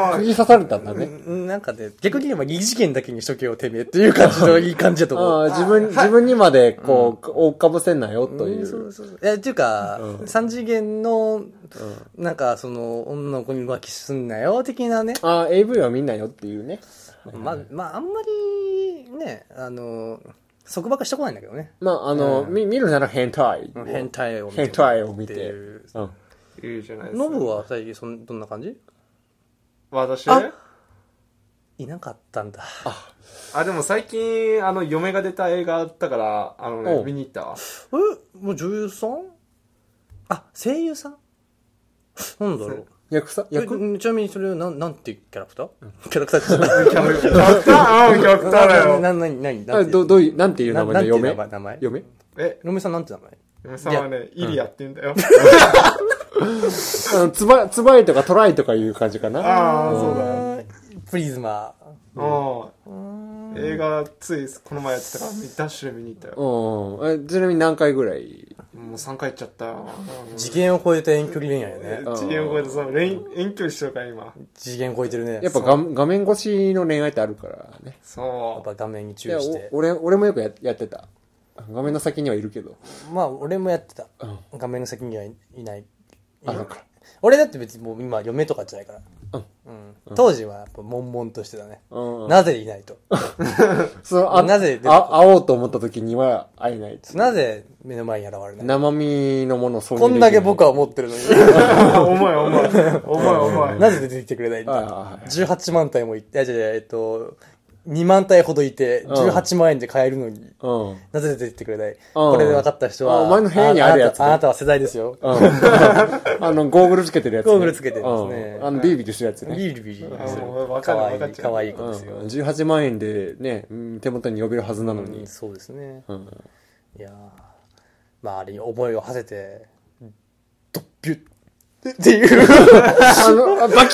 釘刺されたんだね。 なんかね、逆に言えば二次元だけにしとけよ、てめえっていう感じのいい感じだと思う。 ああ、自分、自分にまでこう、追っかぶせんなよ、という。 そうそうそう。え、っていうか、三次元の、なんか、その、女の子に浮気すんなよ、的なね。 ああ、エーブイ は見んなよっていうね。 まあ、まあ、あんまり、ね、あの、束縛してこないんだけどね。 まあ、あの、うん、見、見るなら変態。 変態を見て。変態を見て。 うん。いいじゃないですか。 ノブは最近そん、どんな感じ私いなかったんだ。 あ、あでも最近、あの、嫁が出た映画あったから、あのね、見に行ったわ。 えもう女優さんあ、声優さんなんだろう。 役さ役ちなみにそれはなん、なんていうキャラクター、うん、キャラクターってキャラクターキャラクターだよ。 な、な、な、な、 な、ど、どういう、なんていう名前の嫁名前嫁え嫁さんなんて名前嫁さんはね、イリアって言うんだよ。 あの、つば、つばいとかトライとかいう感じかな。 ああ、そうだよ。 プリズマ。 ああ。映画ついこの前やってたからダッシュで見に行ったよ。 うん。ちなみに何回ぐらい？ もうさんかい行っちゃったよ。 次元を超えて遠距離恋愛よね。 次元を超えてさ、遠距離してるから今。 次元超えてるね。 やっぱ画画面越しの恋愛ってあるからね。 そう。 やっぱ画面に注意して。 俺、俺もよく や, やってた。画面の先にはいるけど。 まあ俺もやってた。うん、画面の先にはいない。 あ、そうか。 俺だって別にもう今嫁とかじゃないから。うんうん、当時はやっぱ悶々としてたね。うん、なぜいないと。 そのあなぜあ会おうと思った時には会えない。 なぜ目の前に現れない。 生身のものをそこんだけ僕は思ってるのに。 お前お前。お前お前。 なぜ出てきてくれないんだ。じゅうはちまん体もいって、いやいやいや、えっと、にまん体ほどいて、じゅうはちまんえんで買えるのに、うん、なぜ出てきてくれない、うん、これで分かった人は、 お前の部屋にあるやつ、 ね、あなたは世代ですよ。うん、 あの、ゴーグルつけてるやつ、ね。 ゴーグルつけてるんですね。 あの、ビリビリするやつね。 ビリビリ。 かわいい、 かわいい子ですよ。 じゅうはちまんえんでね、手元に呼べるはずなのに。 そうですね。いやまあ、あれに思いを馳せて、ドッピュッ。っていうあの、バキ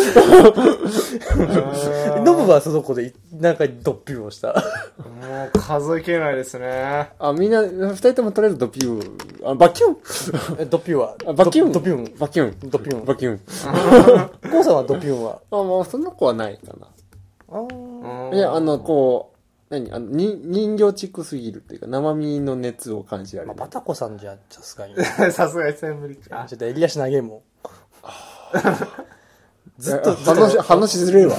ュンノブはその子で何回ドッピュンをした。 もう数えきれないですね。 あ、みんな、二人ともとりあえずドッピュン。あ、バキュンえ、ドッピュンはバキュンドッピュン。 バキュン。 ドッピュン。 バキュン。 コウさんはドッピュンはあ、もうその子はないかな。あいや、あの、こう、何あの、に、人形チックすぎるっていうか、生身の熱を感じられる。 まあ、バタコさんじゃ、さすがに。 さすがに無理か。 ちょっと襟足投げも。 ずっと、話、話しづれえわ。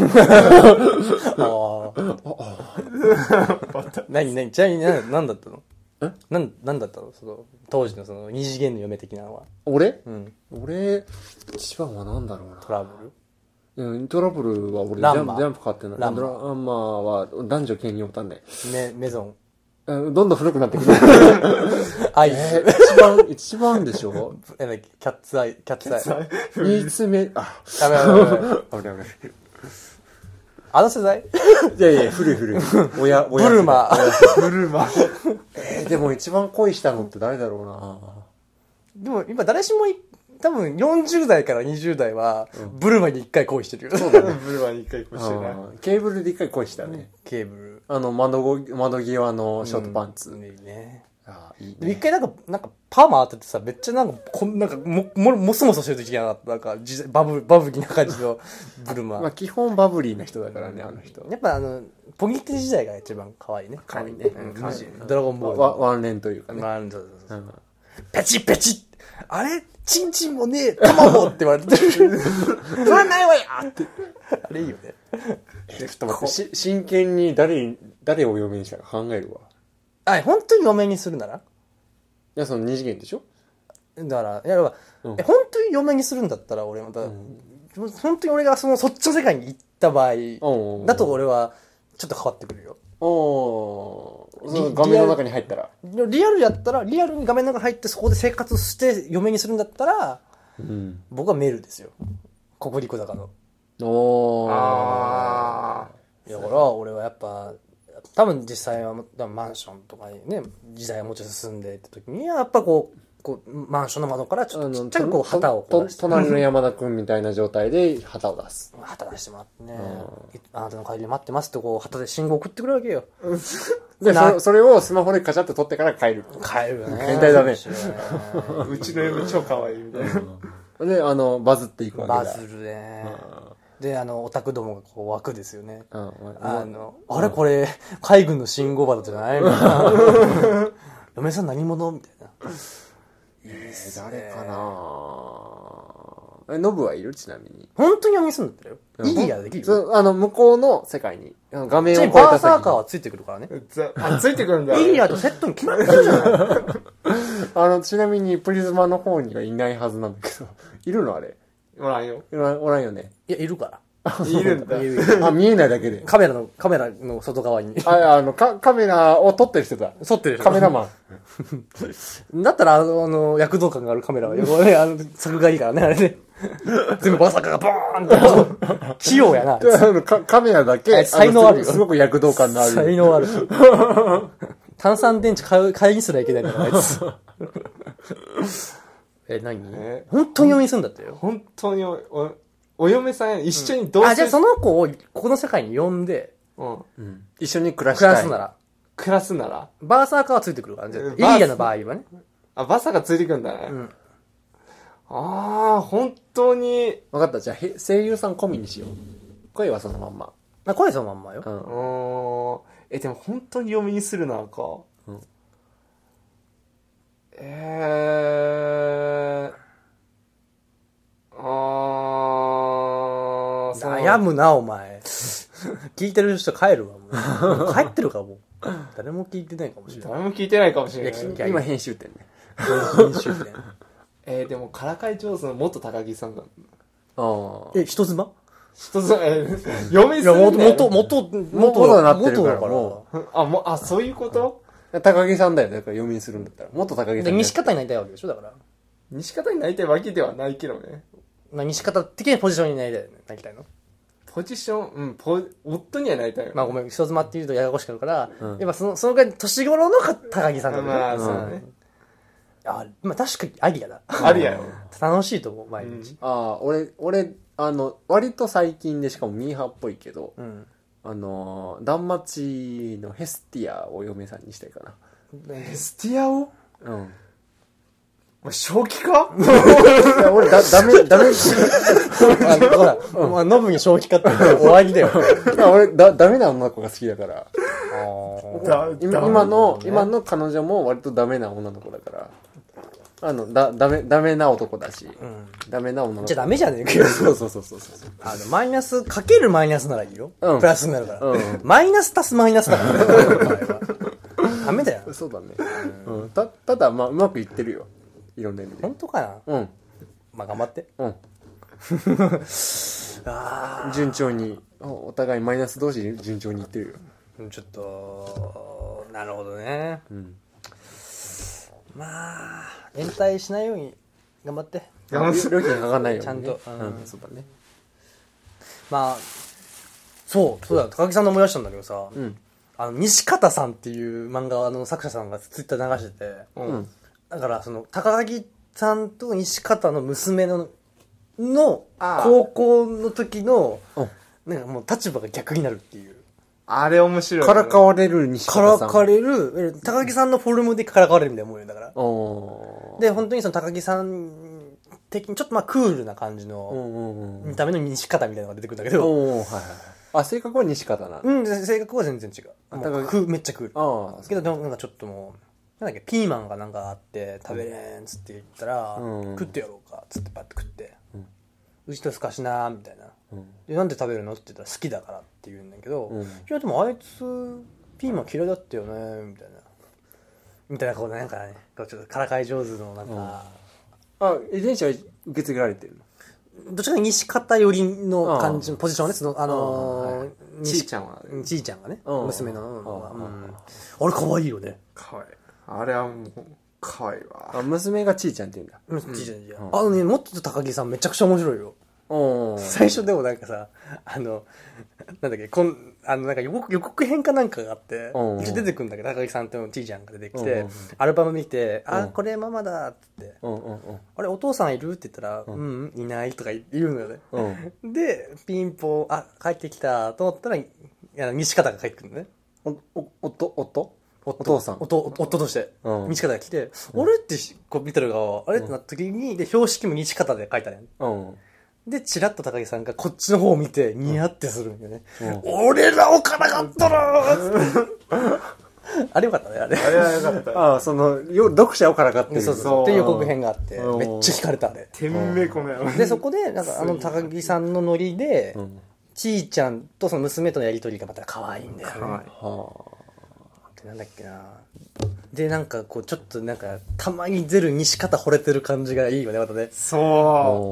ああ。何、何、ちなみに何、何だったのえ何、何だったのその、当時のその、二次元の嫁的なのは。 俺うん。俺、一番は何だろうな。 トラブルうん、トラブルは俺ジャンプ、ジャンプ買ってない。ランマーは男女兼用たんで。 メ、メゾン。 どんどん古くなってくる。 アイス。一番、一番でしょえ、なキャッツアイ、キャッツアイ。 二つ目、あ、 ダメダメダメ。危ない危ない。あの世代いやいや、古い古い。親、 親。ブルマ。 ブルマ。 えー、でも一番恋したのって誰だろうな。 でも今誰しも多分よんじゅう代からにじゅう代は、ブルマに一回恋してるよ。 そうだね。ブルマに一回恋してるな。 ケーブルで一回恋したね。 ケーブル。 あの、窓ご、窓際のショートパンツ。 いいね。 ああ、いい一ね。 回なんか、なんか、パーマ当ててさ、めっちゃなんか、こんなんか、も、も、もそもそしてる時がなかった。なんか、じバブ、バブリーな感じのブルマ。 まあ、基本バブリーな人だからね、あの人。 やっぱあの、ポギテ時代が一番可愛いね。 可愛いね。 うん、可愛い。ドラゴンボール。 ワワンレンというかね。 ワンレンそうそうそう。 うんペチペチあれチンチンもねえ、卵って言われてる。取らないわよって。あれいいよね。 え、ちょっと待って、し真剣に誰に、誰を嫁にしたか考えるわ。 あ、本当に嫁にするならいや、その二次元でしょだから、いや、うん、え、本当に嫁にするんだったら、俺また、うん、本当に俺がその、そっちの世界に行った場合、だと俺は、ちょっと変わってくるよ。 おー。その画面の中に入ったら。 リアルやったら、リアルに画面の中に入ってそこで生活して嫁にするんだったら、うん、僕はメルですよ。ココリコだから。おー。あー。だから俺はやっぱ、多分実際はマンションとかにね、時代がもうちょっと進んでいった時には、やっぱこう、こうマンションの窓からちょっとちっちゃくこう旗をと隣の山田くんみたいな状態で旗を出す。 旗出してもらってね、あなたの帰り待ってますってこう旗で信号送ってくるわけよ。 で、それ、それをスマホでカチャッと撮ってから帰る。 帰るよね。 変態だね。 うちの嫁超可愛いみたいな。 で、あの、バズっていくわけだ。 バズるね。で、あの、オタクどもがこう湧くですよね。あの、あれこれ、海軍の信号旗じゃないみたいな。嫁さん何者みたいな。 えー、誰かなえ、ノブはいるちなみに。 本当に読みすんだったよ。いいやできるよ。あの、向こうの世界に、画面を超えた先に。 バーサーカーはついてくるからね。 あ、ついてくるんだ。 いいやとセットに決まってるじゃないあの、ちなみにプリズマの方にはいないはずなんだけど。いるのあれ。 おらんよ。 おらん、おらんよね。 いや、いるから。 いるんだ。 あ、見えないだけで。 カメラの、カメラの外側に。 あ、あの、カカメラを撮ってる人だ。 撮ってる人。 カメラマン。だったら、あの、あの躍動感があるカメラは、横ね、あの、作がいいからね、あれね。全部バサカがボーンって。器用やな。 カカメラだけ。 才能あるよ。 すごく躍動感のある。 才能ある。炭酸電池買う、買いにすらいけないから、あいつ。え、何え本当に読みすんだったよ。 本当にお、お嫁さん一緒にどう、うん、 あ、じゃあその子をここの世界に呼んで、 うん。うん、一緒に暮らしたい。 暮らすなら。 暮らすならバーサーカーはついてくるからね。エリアの場合はね。 あ、バーサーカーついてくるんだね。うん。ああ、本当に。 わかった。じゃあ、声優さん込みにしよう。声はそのまんま。 あ、声そのまんまよ。 うん。え、でも本当に嫁にするなか。うん。えー。あー、 悩むな、お前。聞いてる人帰るわ、もう。もう帰ってるか、もう。誰も聞いてないかもしれない。 誰も聞いてないかもしれない。 いや今編集点ね。 編集点。 えー、でも、からかい上手の元高木さんが。 ああ。え、人妻人妻、えー、嫁するんだよ、ね。 元、元、元、 元がなってるから。 もうあ、もう、あ、そういうこと、 うん、高木さんだよ。だから読みにするんだったら。元高木さん。 西方になりたいわけでしょだから。 西方になりたいわけではないけどね。 西方的なポジションになりたい、なりたいのポジション、うん、ポ、夫にはなりたいよ。 まあごめん、人妻って言うとややこしくなるから、うん、やっぱその、そのぐらい年頃の高木さんだよね。 まあ、そうね。 あ、まあ確かにアリアだ。 アリアよ。 楽しいと思う、毎日。 うん、ああ、俺、俺、あの、割と最近でしかもミーハーっぽいけど、うん、あの、断末のヘスティアを嫁さんにしたいかな。 ヘスティアをうん。 正気か俺だ、ダメ、ダメ。 あの、ほら、うん、まあ、ノブに正気かって終わりだよ。 俺、だ、ダメな女の子が好きだから。 だ今今の、ね、今の彼女も割とダメな女の子だから。あの、だ、ダメ、ダメな男だし。うん、ダメな女の子。 じゃダメじゃねえかよ。 そうそうそうそうそう。 あの、マイナス、かけるマイナスならいいよ。うん、プラスになるから。うん、マイナス足すマイナスだからね。ダメだよ。 そうだね。うん、た、ただ、まあ、うまくいってるよ。いろんな意味で。 本当かなうん。 まあ、頑張って。 うん。あ順調にお、お互いマイナス同士で順調にいってるよ。ちょっと、なるほどね。うん。まあ、延滞しないように頑張って。 料金上がらないように、ね。 ちゃんと。 うん、うん、そうだね。 まあ、そう、そうだ、高木さんで思い出したんだけどさ、うん、あの、西方さんっていう漫画の作者さんがツイッター流してて、うん、だから、その、高木さんと西方の娘の、の、高校の時の、なんかもう立場が逆になるっていう。 あれ面白い、ね。 からかわれる西方さん。 からかれる、高木さんのフォルムでからかわれるみたいなもんよ、だから。で、本当にその高木さん的にちょっとまあクールな感じの、見た目の西方みたいなのが出てくるんだけど。 はいはい。あ、性格は西方なの？ うん、性格は全然違う。もうクめっちゃクール。ああ。けど、なんかちょっともう、なんだっけ、ピーマンがなんかあって、食べれんっつって言ったら、食ってやろうかっつってパッて食って、うちとすかしなーみたいな。で、なんで食べるのって言ったら好きだからって言うんだけど、いやでもあいつ、ピーマン嫌いだったよね、みたいな。みたいな、こうなんかね、ちょっとからかい上手のなんか。 あ、遺伝子は受け継がれてるの？ どちらか西方寄りの感じのポジションね、その、あのー、ちいちゃんはね。ちいちゃんがね、娘の、あれ可愛いよね。 可愛い。あれはもう、可愛いわ。 あ、娘がちいちゃんって言うんだ。 ちいちゃんじゃん。あのね、もっと高木さんめちゃくちゃ面白いよ。最初でもなんかさ、あの、なんだっけ、こん、あの、なんか予告、予告編かなんかがあって、一応出てくるんだけど、高木さんとちいちゃんが出てきて、アルバム見て、あ、これママだって、あれお父さんいるって言ったら、うん、いないとか言うのよね。で、ピンポン、あ、帰ってきたと思ったら、いや西方が帰ってくるのね。 お、お、おと、おとお父さん。 夫、夫として、西方が来て、あれってこう見てる側、あれってなった時に、で、標識も西方で書いたね。で、チラッと高木さんがこっちの方を見て、ニヤってするんだよね。俺らをからかったなーあれよかったね、あれ。 あれはよかった。 ああ、その、よ、読者をからかってる。 そうそう。っていう予告編があって、めっちゃ惹かれた、あれ。 てんめこの野郎。 で、そこで、なんかあの高木さんのノリで、ちいちゃんとその娘とのやりとりがまた可愛いんだよね。はあ。なんだっけなで、なんかこう、ちょっとなんか、たまに出る西方惚れてる感じがいいよね、またね。 そう。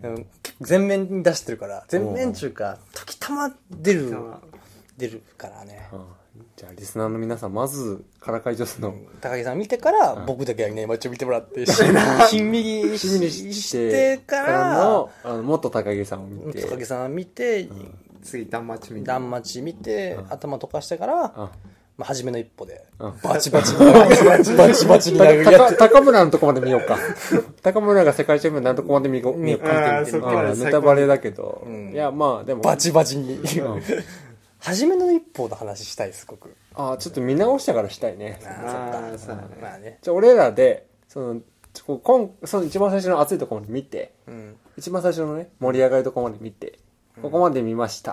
結構全面に出してるから、全面中か、時たま出る、出るからね。 じゃあ、リスナーの皆さん、まず、からかい女子の、 高木さん見てから、僕だけはね、マッチョ見てもらって、しんみりしてから、 あの、もっと高木さんを見て。 高木さん見て、 次、断末見て。 断末見て、頭溶かしてから、まあ、初めの一歩で、バチバチにバチバチバチになるやつ。 高村のとこまで見ようか。高村が世界チャンピオンのとこまで見ようか。ネタバレだけど。いや、まあ、でも。 バチバチに。初めの一歩の話したい、すごく。 ああ、ちょっと見直したからしたいね。 ああ、そうだね。まあね。 じゃあ、俺らで、その、こんその一番最初の熱いところまで見て、一番最初のね、盛り上がるところまで見て、ここまで見ました、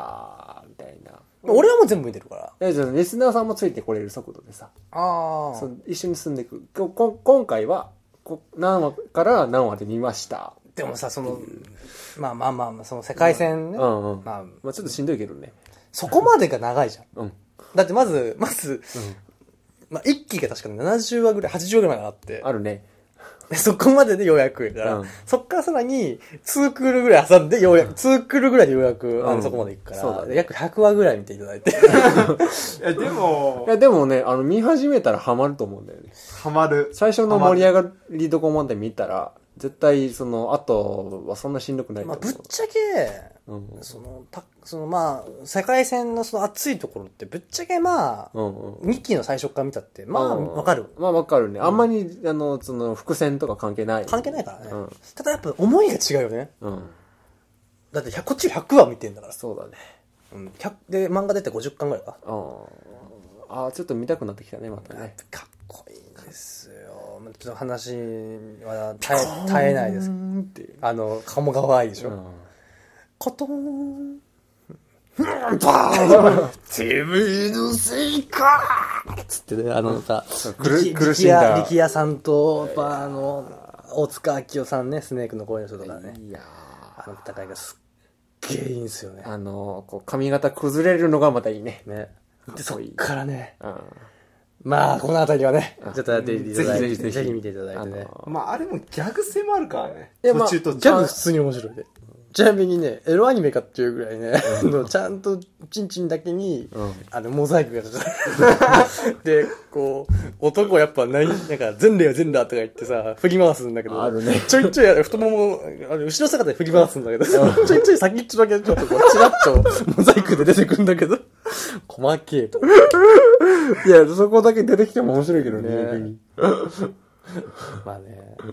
みたいな。 俺はもう全部見てるから。 いや、リスナーさんもついてこれる速度でさ。 ああ。 一緒に進んでいく。こ今回は、こ何話から何話で見ました。 でもさ、その、まあまあまあ、その世界戦ね。 うんうん。まあ、まあちょっとしんどいけどね。 そこまでが長いじゃん。 うん。 だってまず、まず、まあ一期が確かにななじゅうわぐらい、はちじゅうわぐらいまであって。 あるね。 そこまででようやくやから、そっからさらに、ツークールぐらい挟んで、ようやく、ツークールぐらいでようやく、あの、そこまで行くから、そうだね。約ひゃくわぐらい見ていただいて。いや、でも、 いや、でもね、あの、見始めたらハマると思うんだよね。 ハマる。 最初の盛り上がりどこまで見たら、絶対、その、後はそんなしんどくないと思う。 まあ、ぶっちゃけ、うん、その、た、その、まあ、世界戦のその熱いところって、ぶっちゃけまあ、うんうん、にきの最初から見たって、まあ、わかる。 まあ、わかるね。あんまり、あの、その、伏線とか関係ない。 関係ないからね。うん、ただやっぱ思いが違うよね。うん。だって、こっちひゃくわ見てんだから。 そうだね。 うん。で、漫画出てごじゅっかんぐらいか。 ああ、ちょっと見たくなってきたね、またね。 かっこいいんですよ。ちょっと話は絶え、絶えないです。あの、鴨が可愛いでしょ。うん、コトーン。バーンてめえのせいかつってね、あのさ、苦しんだ。力也さんと、やっぱあの、大塚明夫さんね、スネークの声の人とかね。いやあの戦いがすっげえいいんですよね。 あの、こう髪型崩れるのがまたいいね。 ね。で、そっからね。うんまあ、このあたりはね、ちょっとやっていただいて、ぜひぜひ見ていただいてね。 まあ、あれもギャグ性もあるからね。 途中とギャグ普通に面白いで。ちなみにね、エロアニメかっていうぐらいね、ちゃんとチンチンだけに、あの、モザイクがかかる。で、こう、男やっぱない、なんか、全霊は全裸とか言ってさ、振り回すんだけど、 あるね。 ちょいちょい、太もも、あの後ろ姿で振り回すんだけど、ちょいちょい先っちょだけちょっとこう、チラッとモザイクで出てくるんだけど、細けえと。 いや、そこだけ出てきても面白いけどね、逆に。 まあね。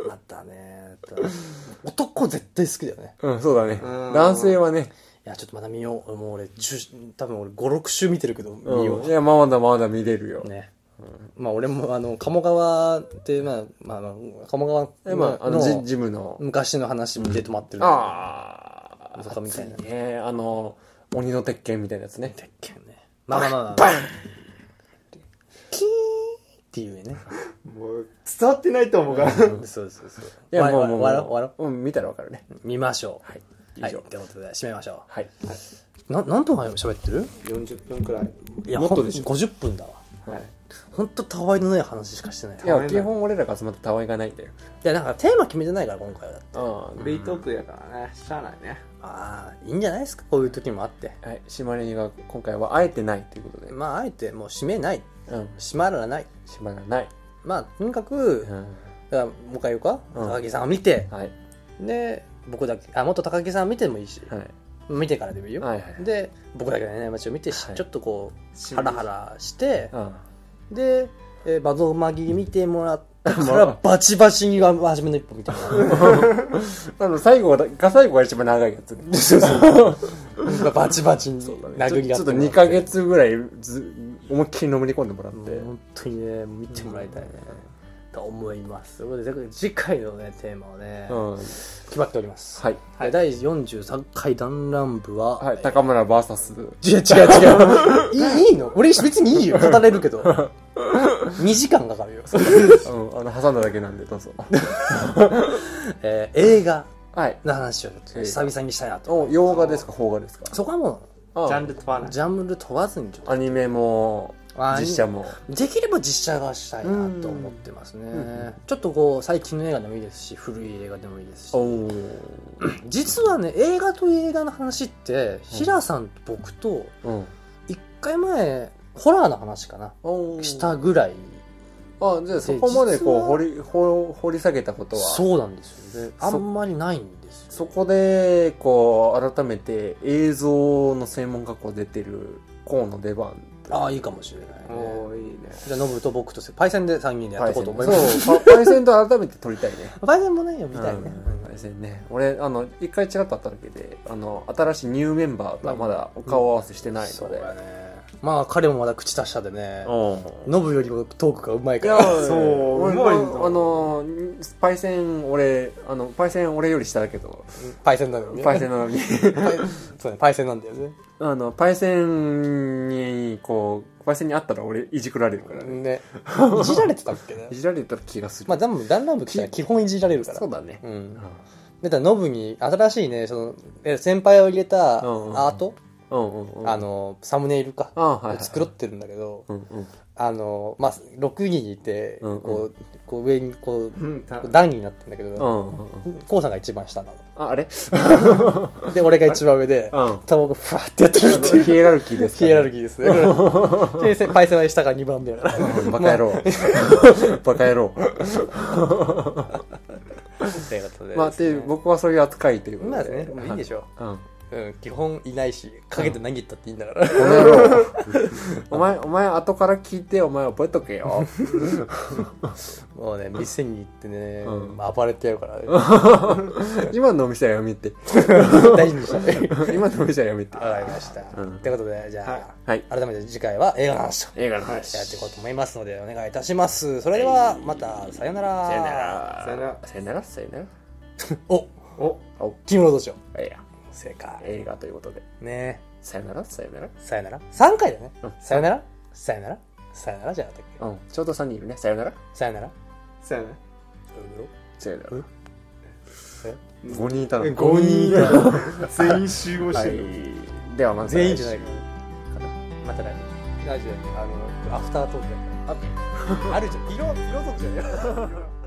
またね男絶対好きだよね。 うん、そうだね。男性はね。 いやちょっとまだ見よう。もう俺多分俺ごろく週見てるけど見よう、 うん、いやまだまだ見れるよね。うん、まあ俺もあの鴨川ってまあまあまあ鴨川の、 まあ、あのジジムの昔の話で止まってる、 うん、ああとかみたいなね。あの鬼の鉄拳みたいなやつね。 鉄拳ね。まあまあまあ、まあ、 バンキーっていうね。 もう伝わってないと思うから。 そうそうそう。 いやもうもう終わろう終わろう。 うん見たらわかるね。 見ましょう。 はい。 はい。ということで締めましょう。 はい。 な何分喋ってる？ よんじゅっぷんくらい。 いやもっとでしょ。 ごじゅっぷんだわ。はい。ほんとたわいのない話しかしてない。 いや基本俺らが集まってたわいがないんだよ。 いやなんかテーマ決めてないから今回はだって。 ああ。 フリートークやからね。しゃあないね。 ああいいんじゃないですかこういう時もあって。 はい。締まりが今回はあえてないということで。 まああえてもう締めない。 うん。 締まらない。 締まらない。 まあとにかく、うん、だからもう一回言うか、うん、高木さんを見て、はい、で僕だけあもっと高木さんを見てもいいし、はい、見てからでもいいよ、はいはい、で僕だけのね街を見て、はい、ちょっとこうハラハラして、うん、で、えー、バドマギ見てもらったからバチバチには初めの一歩みたいなあの最後が最後が一番長いやつそうそうバチバチに殴り合ってちょっとにかげつぐらいず思いっきりのめり込んでもらって本当にね見てもらいたいね、うん、と思います。次回のねテーマはね、うん、決まっております。はい。はい、だいよんじゅうさんかい弾丸部は、 はい、高村 ブイエス違う違う違ういいいいの？俺別にいいよ語れるけどにじかんかかるよ。 うん、あの挟んだだけなんでどうぞ。 えー、映画の話を久々にしたいなと。 お洋画ですか邦画ですか？ そこはもうジャンル問わない。 ジャンル問わずにちょっとアニメも実写もできれば実写がしたいなと思ってますね、うん、ちょっとこう最近の映画でもいいですし古い映画でもいいですし実はね映画と映画の話って平さんと僕といっかいまえホラーの話かなしたぐらい。 あじゃあそこまでこう掘り掘掘り下げたことはそうなんですよね。あんまりないんですよ。 そこでこう改めて映像の専門学校出てる河野出番。 ああいいかもしれないね。 おいいね。 じゃあノブと僕とパイセンでさんにんでやっていこうと思います。 そうパイセンと改めて撮りたいね。 パイセンもね読みたいね、うん、 パイセンね。俺あの一回ちらっとあっただけであの新しいニューメンバーとはまだお顔合わせしてないので、うん、そうだね。まあ彼もまだ口達者でね、ノブよりもトークがうまいから。いやそううまいんだ。あのパイセン俺あのパイセン俺より下だけど、 パイセンなのに、ね、 パイセンなのにそうねパイセンなんだよね。 あのパイセンにこうパイセンに会ったら俺いじくられるからね。 ねいじられてたっけね。 いじられた気がする。 まあダンダンランブ来たら基本いじられるから。 そうだね。 うん。だからノブに新しいねその先輩を入れたアート。うんうんうん、あのサムネイルか、はいはい、作ってるんだけど、うんうん、あのまあろくにんいて、うんうん、こうこう上にこう、うん、段になってるんだけど、うんうん、コウさんが一番下なの。 ああれで俺が一番上で、うん、タバコフワーってやってるっていう。 ヒエラルキーですか、 ね、ヒエラルキーですね。でパイセンは下がにばんめやから。 バカ野郎。バカ野郎。 ということで、ね、 まあで僕はそういう扱いということで。 まあねもういいでしょう。うんうん、基本いないしかけて投げたっていいんだから、 この野郎お前お前後から聞いてお前覚えとけよ。 もうね店に行ってね、うんまあ、暴れてやるからね。 今のお店はやめて。 大事にした。 今のお店はやめて。 わかりました、うん、ということでじゃあ、はい、改めて次回は映画の話と映画の話やっていこうと思いますのでお願いいたします。それではまたさよなら。 さよならさよならさよならさよなら。 おおお君もどうしよう。いや正解映画ということでね。 さよならさよならさよならさんかいだね、うん、さよならさよならさよならじゃなかったっけ。 うんちょうどさんにんいるね。さよならさよならさよならさよならえごにんいたの。 ごにんいたの。全員集合してる、はい、 ではまず全員じゃないかまた来年ラジオあのアフタートークやったああるじゃんピロピロ族じゃんよ。